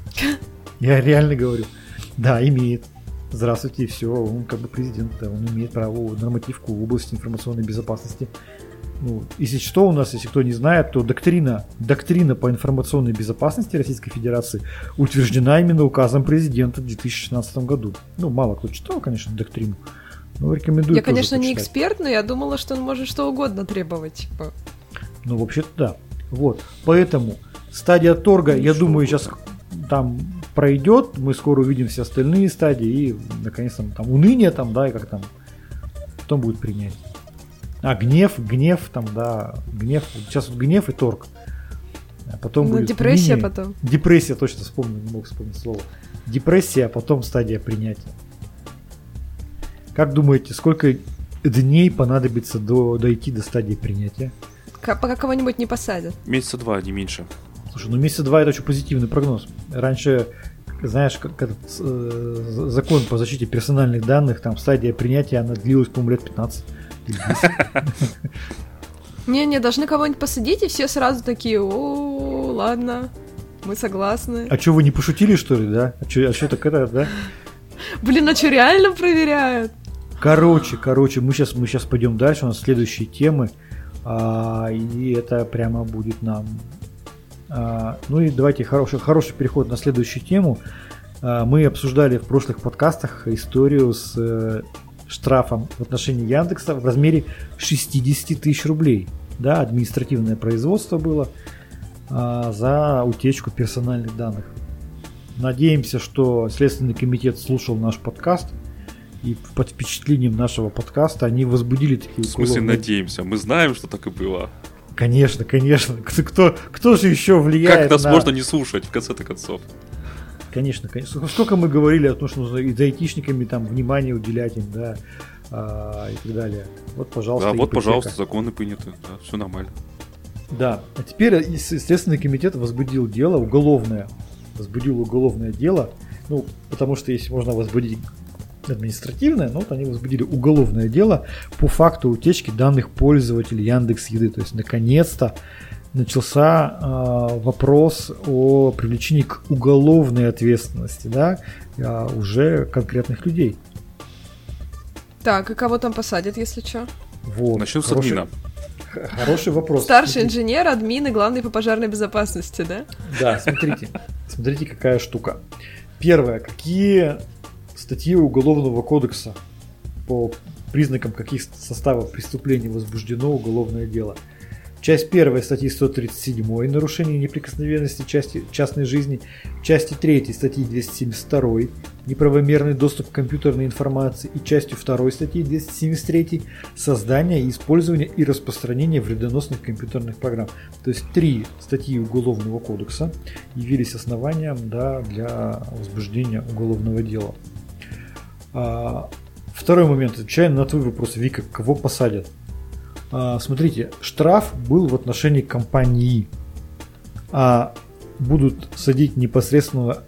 Я реально говорю: да, имеет. Здравствуйте, все, он как бы президент, да, он имеет право нормативку в области информационной безопасности. Если что, у нас, если кто не знает, то доктрина по информационной безопасности Российской Федерации утверждена именно указом президента в 2016 году. Мало кто читал, конечно, доктрину, но рекомендую. Я, конечно, не эксперт, но я думала, что он может что угодно требовать. Вообще-то да. Вот, поэтому стадия торга, я думаю, сейчас там пройдет, мы скоро увидим все остальные стадии, и наконец-то там уныние, там, да, и как там, потом будет принятие. Гнев, там, да, гнев, сейчас гнев и торг. А потом будет депрессия уныние. потом. Депрессия, точно вспомнил, не мог вспомнить слово. Депрессия, а потом стадия принятия. Как думаете, сколько дней понадобится дойти до стадии принятия? Пока кого-нибудь не посадят. Месяца 2, не меньше. Слушай, месяца 2 это очень позитивный прогноз. Раньше, знаешь, как этот закон по защите персональных данных, там стадия принятия, она длилась, по-моему, лет 15. Не, должны кого-нибудь посадить, и все сразу такие: о, ладно, мы согласны. А что, вы не пошутили, что ли, да? А что так это, да? Блин, а что, реально проверяют? Короче, мы сейчас пойдем дальше, у нас следующие темы, и это прямо будет нам... и давайте хороший переход на следующую тему. Мы обсуждали в прошлых подкастах историю с штрафом в отношении Яндекса в размере 60 тысяч рублей. Да, административное производство было за утечку персональных данных. Надеемся, что Следственный комитет слушал наш подкаст, и под впечатлением нашего подкаста они возбудили такие уголовные... В смысле надеемся? Мы знаем, что так и было. Конечно. Кто же еще влияет как нас можно не слушать, в конце-то концов? Конечно. Сколько мы говорили о том, что нужно и за айтишниками там внимание уделять им, да, и так далее. Вот, пожалуйста. Да, пожалуйста, законы приняты, да, все нормально. Да, а теперь Следственный комитет возбудил уголовное дело, потому что если можно возбудить административное, но вот они возбудили уголовное дело по факту утечки данных пользователей Яндекс.Еды. То есть, наконец-то начался вопрос о привлечении к уголовной ответственности, да, уже конкретных людей. Так, и кого там посадят, если что? Вот. Начнем с админа. Хороший вопрос. Старший инженер, админ и главный по пожарной безопасности, да? Да, смотрите, какая штука. Первое, какие статьи Уголовного кодекса, по признакам каких составов преступлений возбуждено уголовное дело. Часть 1 статьи 137 «Нарушение неприкосновенности частной жизни», части 3 статьи 272 «Неправомерный доступ к компьютерной информации» и частью 2 статьи 273 «Создание, использование и распространение вредоносных компьютерных программ». То есть 3 статьи Уголовного кодекса явились основанием, да, для возбуждения уголовного дела. Второй момент, отвечая на твой вопрос, Вика, кого посадят? Смотрите, штраф был в отношении компании, а будут садить непосредственно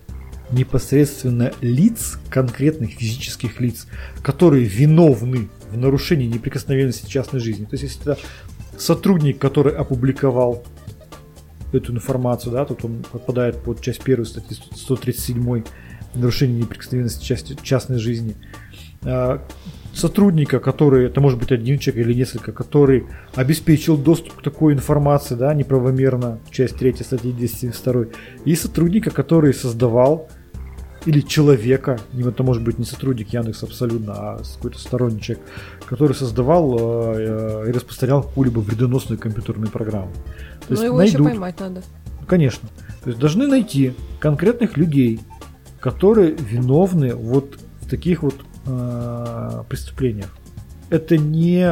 лиц, конкретных физических лиц, которые виновны в нарушении неприкосновенности частной жизни. То есть, если это сотрудник, который опубликовал эту информацию, да, тут он подпадает под часть 1 статьи 137 нарушение неприкосновенности частной жизни. Сотрудника, который, это может быть один человек или несколько, который обеспечил доступ к такой информации, да, неправомерно, часть 3 статьи 272, и сотрудника, который создавал, или человека, это может быть не сотрудник Яндекса абсолютно, а какой-то сторонний человек, который создавал и распространял какую-либо вредоносную компьютерную программу. То есть его еще поймать надо. Конечно. То есть должны найти конкретных людей, которые виновны вот в таких вот преступлениях. Это не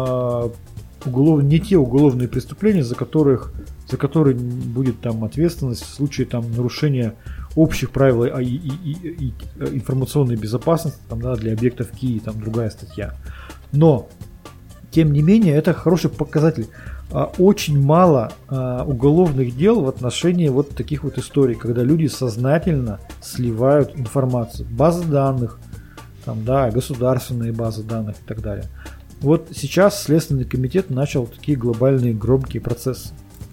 те уголовные преступления, за которые будет там ответственность в случае там нарушения общих правил и информационной безопасности там, да, для объектов КИ, там другая статья. Но тем не менее это хороший показатель. Очень мало уголовных дел в отношении вот таких вот историй, когда люди сознательно сливают информацию, базы данных, там, да, государственные базы данных и так далее. Вот сейчас Следственный комитет начал такие глобальные громкие процессы.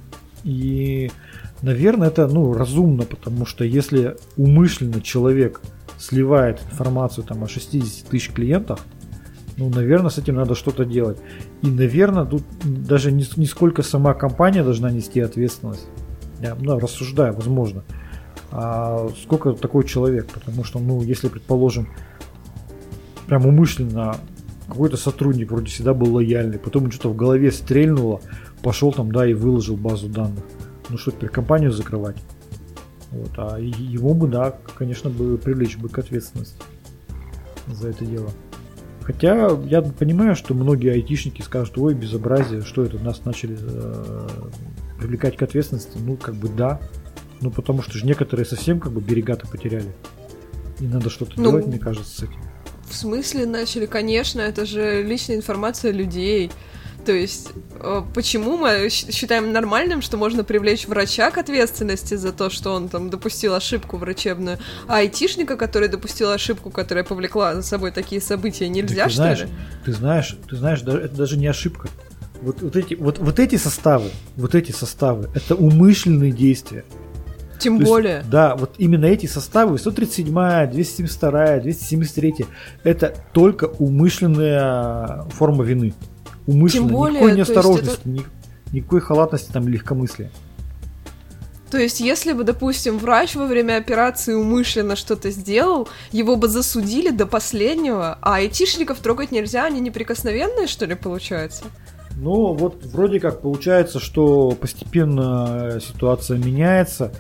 И, наверное, это разумно, потому что если умышленно человек сливает информацию там, о 60 тысяч клиентах, наверное, с этим надо что-то делать. И, наверное, тут даже не сколько сама компания должна нести ответственность. Я рассуждаю, возможно. А сколько такой человек. Потому что, если, предположим, прям умышленно какой-то сотрудник вроде всегда был лояльный, потом что-то в голове стрельнуло, пошел там, да, и выложил базу данных. Что теперь, компанию закрывать? Вот. А его бы, да, конечно, привлечь бы к ответственности за это дело. Хотя я понимаю, что многие айтишники скажут: ой, безобразие, что это, нас начали привлекать к ответственности. Да. Потому что же некоторые совсем берега-то потеряли. И надо что-то делать, мне кажется, с этим. В смысле начали? Конечно, это же личная информация людей. То есть, почему мы считаем нормальным, что можно привлечь врача к ответственности за то, что он там допустил ошибку врачебную, а айтишника, который допустил ошибку, которая повлекла за собой такие события, нельзя, что ли? Ты знаешь, это даже не ошибка. Вот эти составы, это умышленные действия. Тем более. Есть, да, вот именно эти составы, 137-я, 272-я, 273-я, это только умышленная форма вины. Умышленно, тем более, никакой неосторожности, никакой халатности, там, легкомыслия. То есть, если бы, допустим, врач во время операции умышленно что-то сделал, его бы засудили до последнего, а айтишников трогать нельзя, они неприкосновенные, что ли, получается? Вот вроде как получается, что постепенно ситуация меняется,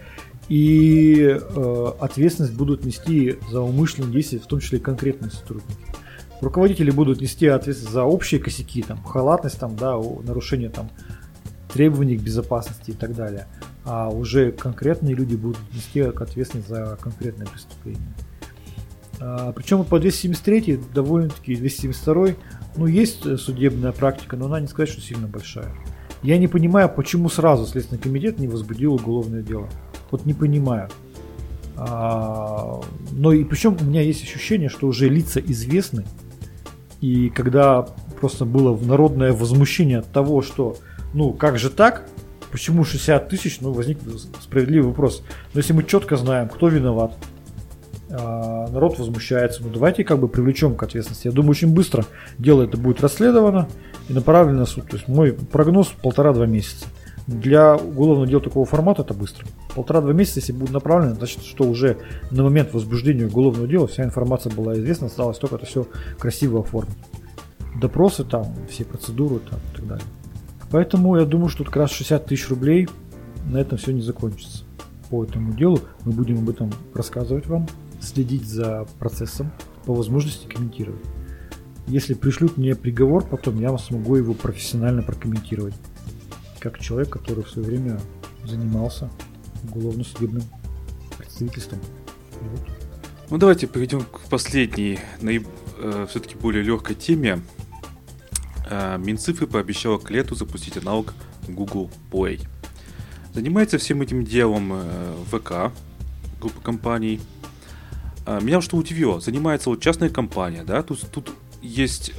и ответственность будут нести за умышленные действия, в том числе и конкретные сотрудники. Руководители будут нести ответственность за общие косяки, там, халатность, там, да, нарушение там, требований к безопасности и так далее. А уже конкретные люди будут нести ответственность за конкретное преступление. Причем по 273 довольно-таки 272 есть судебная практика, но она не сказать, что сильно большая. Я не понимаю, почему сразу Следственный комитет не возбудил уголовное дело. Вот не понимаю. Но и причем у меня есть ощущение, что уже лица известны. И когда просто было народное возмущение от того, что как же так? Почему 60 тысяч? Возник справедливый вопрос. Но если мы четко знаем, кто виноват, народ возмущается, давайте привлечем к ответственности. Я думаю, очень быстро дело это будет расследовано и направлено на суд. То есть мой прогноз 1,5-2 месяца. Для уголовного дела такого формата это быстро. 1,5-2 месяца, если будет направлено, значит, что уже на момент возбуждения уголовного дела вся информация была известна, осталось только это все красиво оформить. Допросы там, все процедуры там и так далее. Поэтому я думаю, что как раз 60 тысяч рублей на этом все не закончится. По этому делу мы будем об этом рассказывать вам, следить за процессом, по возможности комментировать. Если пришлют мне приговор, потом я смогу его профессионально прокомментировать. Как человек, который в свое время занимался уголовно-судебным представительством. Вот. Давайте перейдем к последней, все-таки более легкой теме. Минцифры пообещала к лету запустить аналог Google Play. Занимается всем этим делом ВК, группа компаний. Меня что удивило, занимается вот частная компания, да, тут есть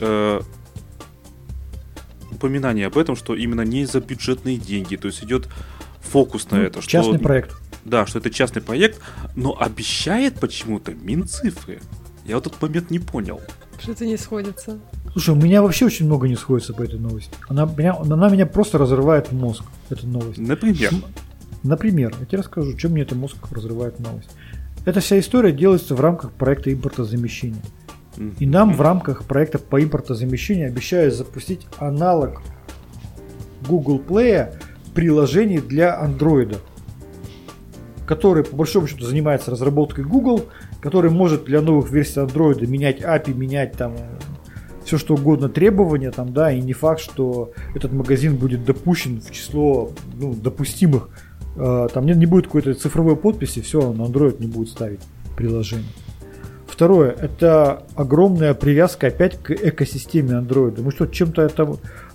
упоминание об этом, что именно не за бюджетные деньги, то есть идет фокус на это. Частный проект. Да, что это частный проект, но обещает почему-то Минцифры. Я вот этот момент не понял. Что-то не сходится. Слушай, у меня вообще очень много не сходится по этой новости. Она меня просто разрывает мозг, эта новость. Например, я тебе расскажу, чем мне эта мозг разрывает новость. Эта вся история делается в рамках проекта импортозамещения. И нам в рамках проекта по импортозамещению обещают запустить аналог Google Play приложений для Android, который по большому счету занимается разработкой Google, который может для новых версий Android менять API, менять там все что угодно требования, там, да, и не факт, что этот магазин будет допущен в число допустимых. Там не будет какой-то цифровой подписи, все, на Android не будет ставить приложение. Второе, это огромная привязка опять к экосистеме Android. Мы что, чем-то это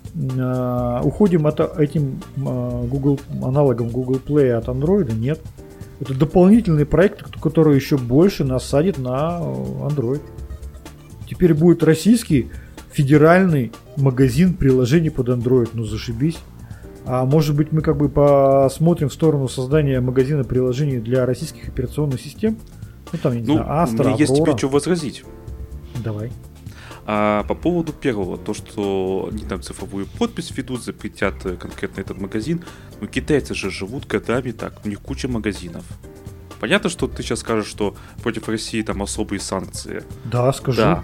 уходим от этим Google аналогом Google Play от Android? Нет. Это дополнительный проект, который еще больше насадит на Android. Теперь будет российский федеральный магазин приложений под Android. Ну зашибись. А может быть мы как бы посмотрим в сторону создания магазина приложений для российских операционных систем? Ну там, я не знаю, Astra, у меня есть Aurora. тебе что возразить. Давай. По поводу первого, то, что они там цифровую подпись ведут, запретят конкретно этот магазин. Но китайцы же живут годами так, у них куча магазинов. Понятно, что ты сейчас скажешь, что против России там особые санкции. Да, скажу. Да.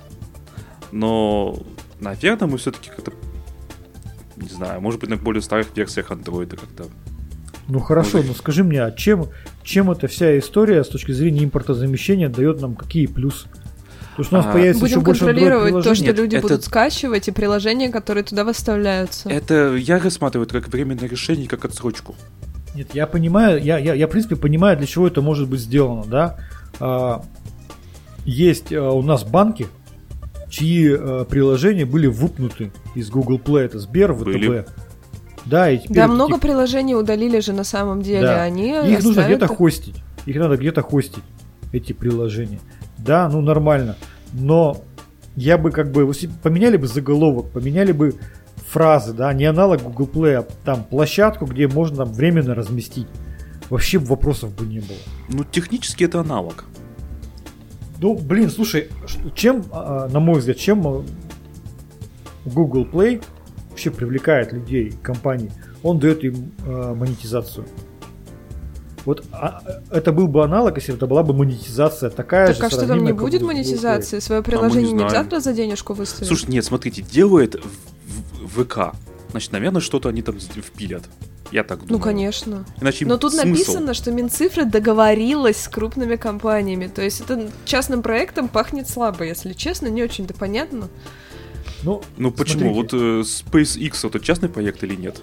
Но, наверное, мы все-таки как-то, не знаю, может быть, на более старых версиях Android как-то. Ну хорошо, но скажи мне, а чем эта вся история с точки зрения импортозамещения дает нам какие плюсы? Потому что у нас появится еще больше контролировать то, что люди будут скачивать, и приложения, которые туда выставляются. Это я рассматриваю как временное решение, как отсрочку. Нет, я понимаю, я в принципе понимаю, для чего это может быть сделано, да. Есть у нас банки, чьи приложения были выпнуты из Google Play, это Сбер, ВТБ. Были. Да, и теперь да, много приложений удалили же на самом деле. Да. Они их нужно где-то хостить. Их надо где-то хостить, эти приложения. Да, ну нормально. Но я бы как бы поменяли бы заголовок, поменяли бы фразы, да, не аналог Google Play, а там площадку, где можно там временно разместить. Вообще вопросов бы не было. Ну, технически это аналог. Ну, блин, слушай, чем, на мой взгляд, чем Google Play вообще привлекает людей, компаний? Он дает им монетизацию. Вот это был бы аналог, если это была бы монетизация такая так же. Так а что там не будет монетизации? Свое приложение нельзя за денежку выставить? Слушай, нет, смотрите, делает в ВК. Значит, наверное, что-то они там впилят. Я так думаю. Ну, конечно. Иначе но тут смысл? написано, что Минцифры договорилась с крупными компаниями. То есть это частным проектом пахнет слабо, если честно, не очень-то понятно. Ну почему? Вот SpaceX это частный проект или нет?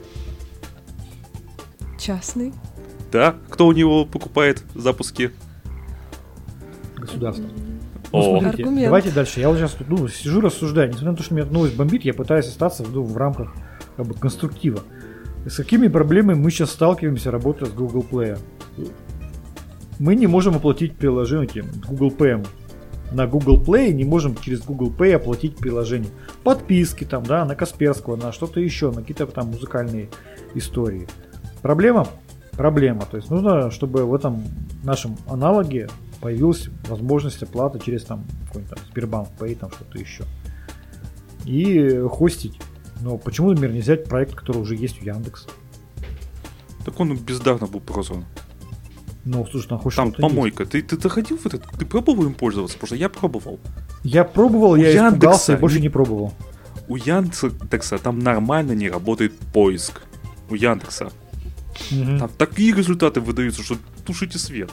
Частный. Да? Кто у него покупает запуски? Государство. Смотрите, давайте дальше. Я вот сейчас сижу, рассуждаю. Несмотря на то, что меня новость бомбит, я пытаюсь остаться в рамках как бы конструктива. С какими проблемами мы сейчас сталкиваемся, работая с Google Play? Мы не можем оплатить приложение Google Pay. На Google Play не можем через Google Pay оплатить приложение. Подписки там, да, на Касперского, на что-то еще, на какие-то там музыкальные истории. Проблема? Проблема. То есть нужно, чтобы в этом нашем аналоге появилась возможность оплаты через там какой-нибудь там Сбербанк Pay, там что-то еще. И хостить. Но почему, например, не взять проект, который уже есть у Яндекса? Так он бездарно был прозван. Ну, слушай, там хоть там что-то помойка. Есть. Ты заходил в этот? Ты пробовал им пользоваться? Потому что я пробовал. Я пробовал, я испугался и больше не пробовал. У Яндекса там нормально не работает поиск. У Яндекса. Там такие результаты выдаются, что тушите свет.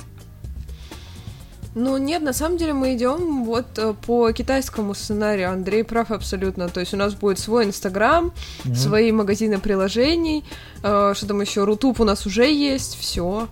Ну нет, на самом деле мы идем вот по китайскому сценарию. Андрей прав абсолютно. То есть у нас будет свой Инстаграм, свои магазины приложений, что там еще, Рутуб у нас уже есть, все.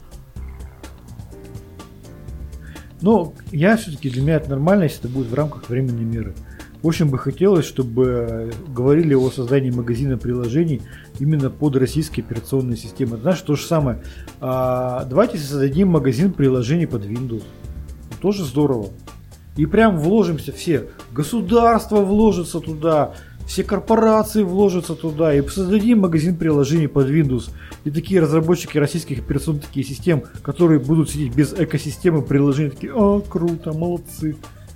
Но я все-таки, для меня это нормально, если это будет в рамках временной меры. очень бы хотелось, чтобы говорили о создании магазина приложений именно под российские операционные системы. Знаешь, то же самое. Давайте создадим магазин приложений под Windows. Тоже здорово. И прям вложимся все. Государство вложится туда, все корпорации вложатся туда. И создадим магазин приложений под Windows. И такие разработчики российских операционных систем, которые будут сидеть без экосистемы приложений, такие: круто, молодцы.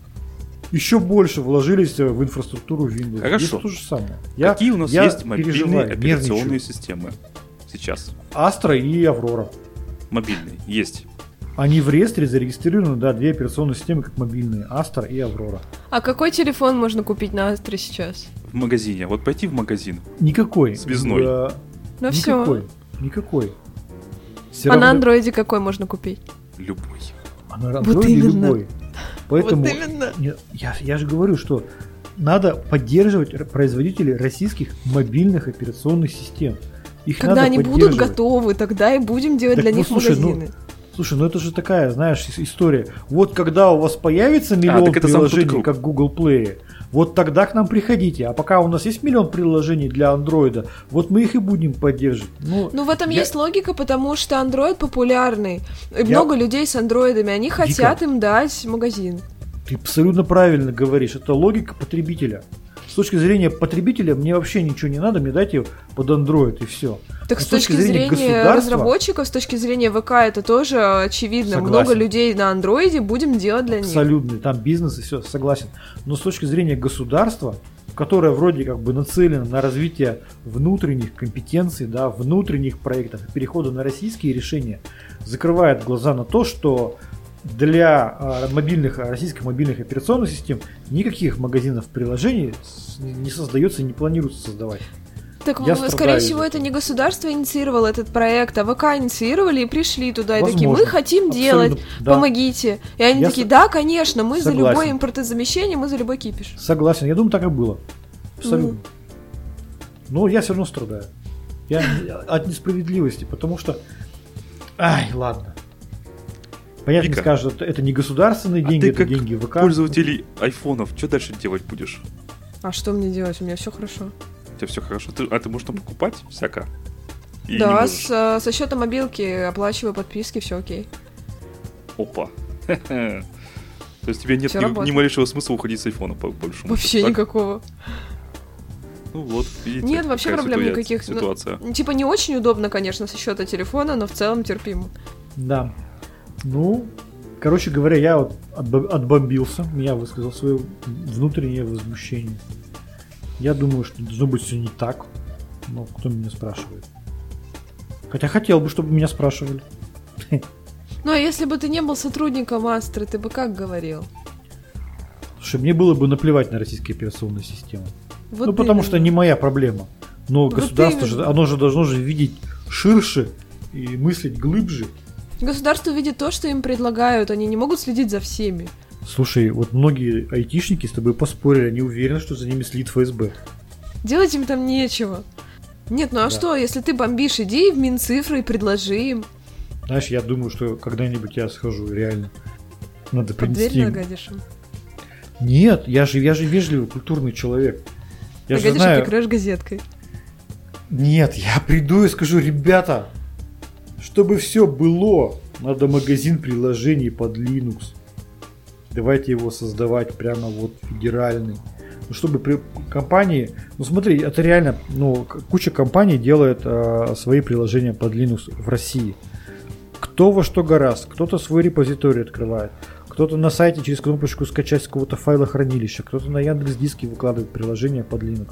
Еще больше вложились в инфраструктуру Windows. Хорошо. Здесь то же самое. Какие у нас есть мобильные операционные нервничаю. системы сейчас? Astra и Aurora. Мобильные есть. Они в реестре зарегистрированы, да, две операционные системы как мобильные, Astra и Aurora. А какой телефон можно купить на Astra сейчас? В магазине. Вот пойти в магазин. Никакой. Связной. Ну Никакой. все. Никакой. А на андроиде какой можно купить? Любой. А на Вот андроиде именно. любой. Поэтому Вот именно. я же говорю, что надо поддерживать производителей российских мобильных операционных систем. Их Когда надо они будут поддерживать. готовы, тогда и будем делать Так для вот, них слушай, магазины. Слушай, это же такая, знаешь, история. Вот когда у вас появится миллион так это замкнутый приложений, круг. как Google Play, вот тогда к нам приходите. А пока у нас есть миллион приложений для Android, вот мы их и будем поддерживать. Ну, в этом есть логика, потому что Android популярный. И много людей с андроидами, они хотят им дать магазин. Ты абсолютно правильно говоришь. Это логика потребителя. С точки зрения потребителя мне вообще ничего не надо, мне дайте под Android и все. Так с точки зрения разработчиков, с точки зрения ВК, это тоже очевидно. Согласен. Много людей на андроиде, будем делать для них. Абсолютно, там бизнес и все, согласен. Но с точки зрения государства, которое вроде как бы нацелено на развитие внутренних компетенций, да, внутренних проектов и перехода на российские решения, закрывает глаза на то, что для российских мобильных операционных систем никаких магазинов приложений не создается и не планируется создавать. Так, скорее всего, это не государство инициировало этот проект, а ВК инициировали и пришли туда. Возможно. И такие: мы хотим делать, да. помогите. И они такие: да, конечно, мы Согласен. за любое импортозамещение, мы за любой кипиш. Согласен, я думаю, так и было. Абсолютно. Но я все равно страдаю. Я от несправедливости, потому что... ладно. Понятно, Вика, скажут, это не государственные деньги, это деньги ВК. Пользователей айфонов, что дальше делать будешь? А что мне делать? У меня все хорошо. У тебя все хорошо. Ты можешь там покупать всякое? Или Да, не можешь? со счета мобилки оплачиваю подписки, все окей. Опа. То есть тебе нет Всё ни работает. малейшего смысла уходить с айфона по большому Вообще счету, так? никакого. Ну вот, видите. Нет, вообще какая проблем никаких. Ситуация. Ну, типа не очень удобно, конечно, со счета телефона, но в целом терпимо. Да. Ну, короче говоря, я вот отбомбился. Я высказал свое внутреннее возмущение. Я думаю, что должно быть все не так. Но кто меня спрашивает? Хотя хотел бы, чтобы меня спрашивали. Ну, а если бы ты не был сотрудником Астры, ты бы как говорил? Слушай, мне было бы наплевать на российские операционные системы. Вот ну, потому именно. что не моя проблема. Но Вот государство именно. же, оно же должно же видеть ширше и мыслить глубже. Государство видит то, что им предлагают, они не могут следить за всеми. Слушай, вот многие айтишники с тобой поспорили, они уверены, что за ними следит ФСБ. Делать им там нечего. Нет, ну а Да. что, если ты бомбишь, иди в Минцифры и предложи им. Знаешь, я думаю, что когда-нибудь я схожу, реально. Надо Под принести дверь им. нагадишь им. Нет, я же вежливый, культурный человек. Я же Нагадишь и знаю... прикроешь газеткой. Нет, я приду и скажу: ребята, чтобы все было, надо магазин приложений под Linux. Давайте его создавать прямо вот федеральный. Ну, чтобы компании... Ну, смотри, это реально... Ну, куча компаний делает свои приложения под Linux в России. Кто во что гораст. Кто-то свой репозиторий открывает. Кто-то на сайте через кнопочку скачать с какого-то файла хранилища. Кто-то на Яндекс.Диске выкладывает приложение под Linux.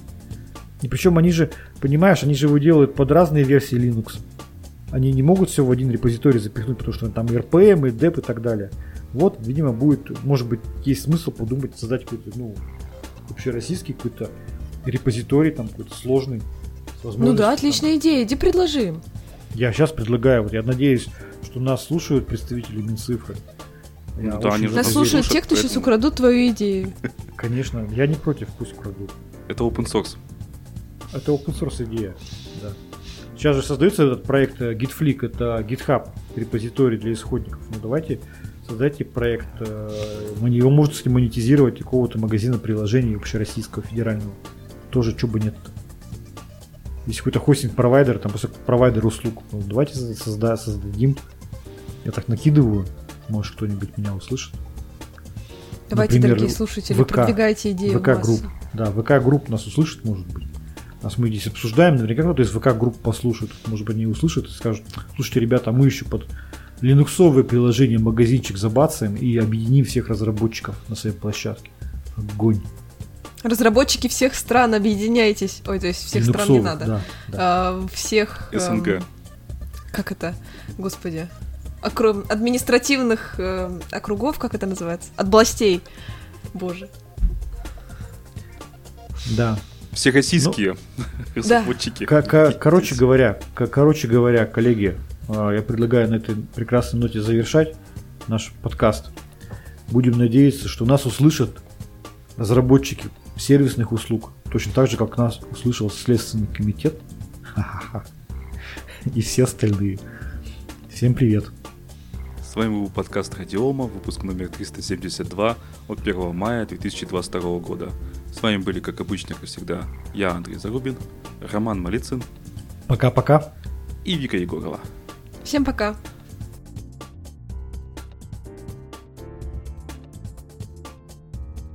И причем они же, понимаешь, они же его делают под разные версии Linux. Они не могут все в один репозиторий запихнуть, потому что там и RPM, и DEP и так далее. Вот, видимо, будет, может быть, есть смысл подумать, создать какой-то, ну, общероссийский какой-то репозиторий, там, какой-то сложный. С Ну возможностью, да, там. отличная идея, иди предложи им. Я сейчас предлагаю, вот я надеюсь, что нас слушают представители Минцифры. Я Ну да, очень они же Нас там слушают слушают, те, кто сейчас поэтому- украдут твою идею. Конечно, я не против, пусть крадут. Это open source. Это open source идея, да. Сейчас же создается этот проект GitFlick, это GitHub, репозиторий для исходников. Ну давайте создайте проект. Его можно, кстати, монетизировать какого-то магазина приложений общероссийского, федерального. Тоже, чего бы нет-то. Если какой-то хостинг-провайдер, там просто провайдер услуг, ну, давайте создадим. Я так накидываю, может кто-нибудь меня услышит. Давайте, например, дорогие слушатели, продвигайте идею в массу. Да, ВК-групп нас услышит, может быть. Нас мы здесь обсуждаем, наверняка кто-то из ВК-групп послушает, может быть, не услышит и скажет: слушайте, ребята, мы еще под линуксовое приложение магазинчик забацаем и объединим всех разработчиков на своей площадке. Огонь. Разработчики всех стран, объединяйтесь. Ой, то есть всех стран не надо. Да. Всех... СНГ. Как это? Господи. Административных округов, как это называется? Областей. Боже. Да. Все российские разработчики. Короче говоря, коллеги, я предлагаю на этой прекрасной ноте завершать наш подкаст. Будем надеяться, что нас услышат разработчики сервисных услуг, точно так же, как нас услышал Следственный комитет и все остальные. Всем привет. С вами был подкаст Радиома, выпуск номер 372 от 1 мая 2022 года. С вами были, как обычно, как всегда, я, Андрей Зарубин, Роман Малицын. Пока-пока. И Вика Егорова. Всем пока.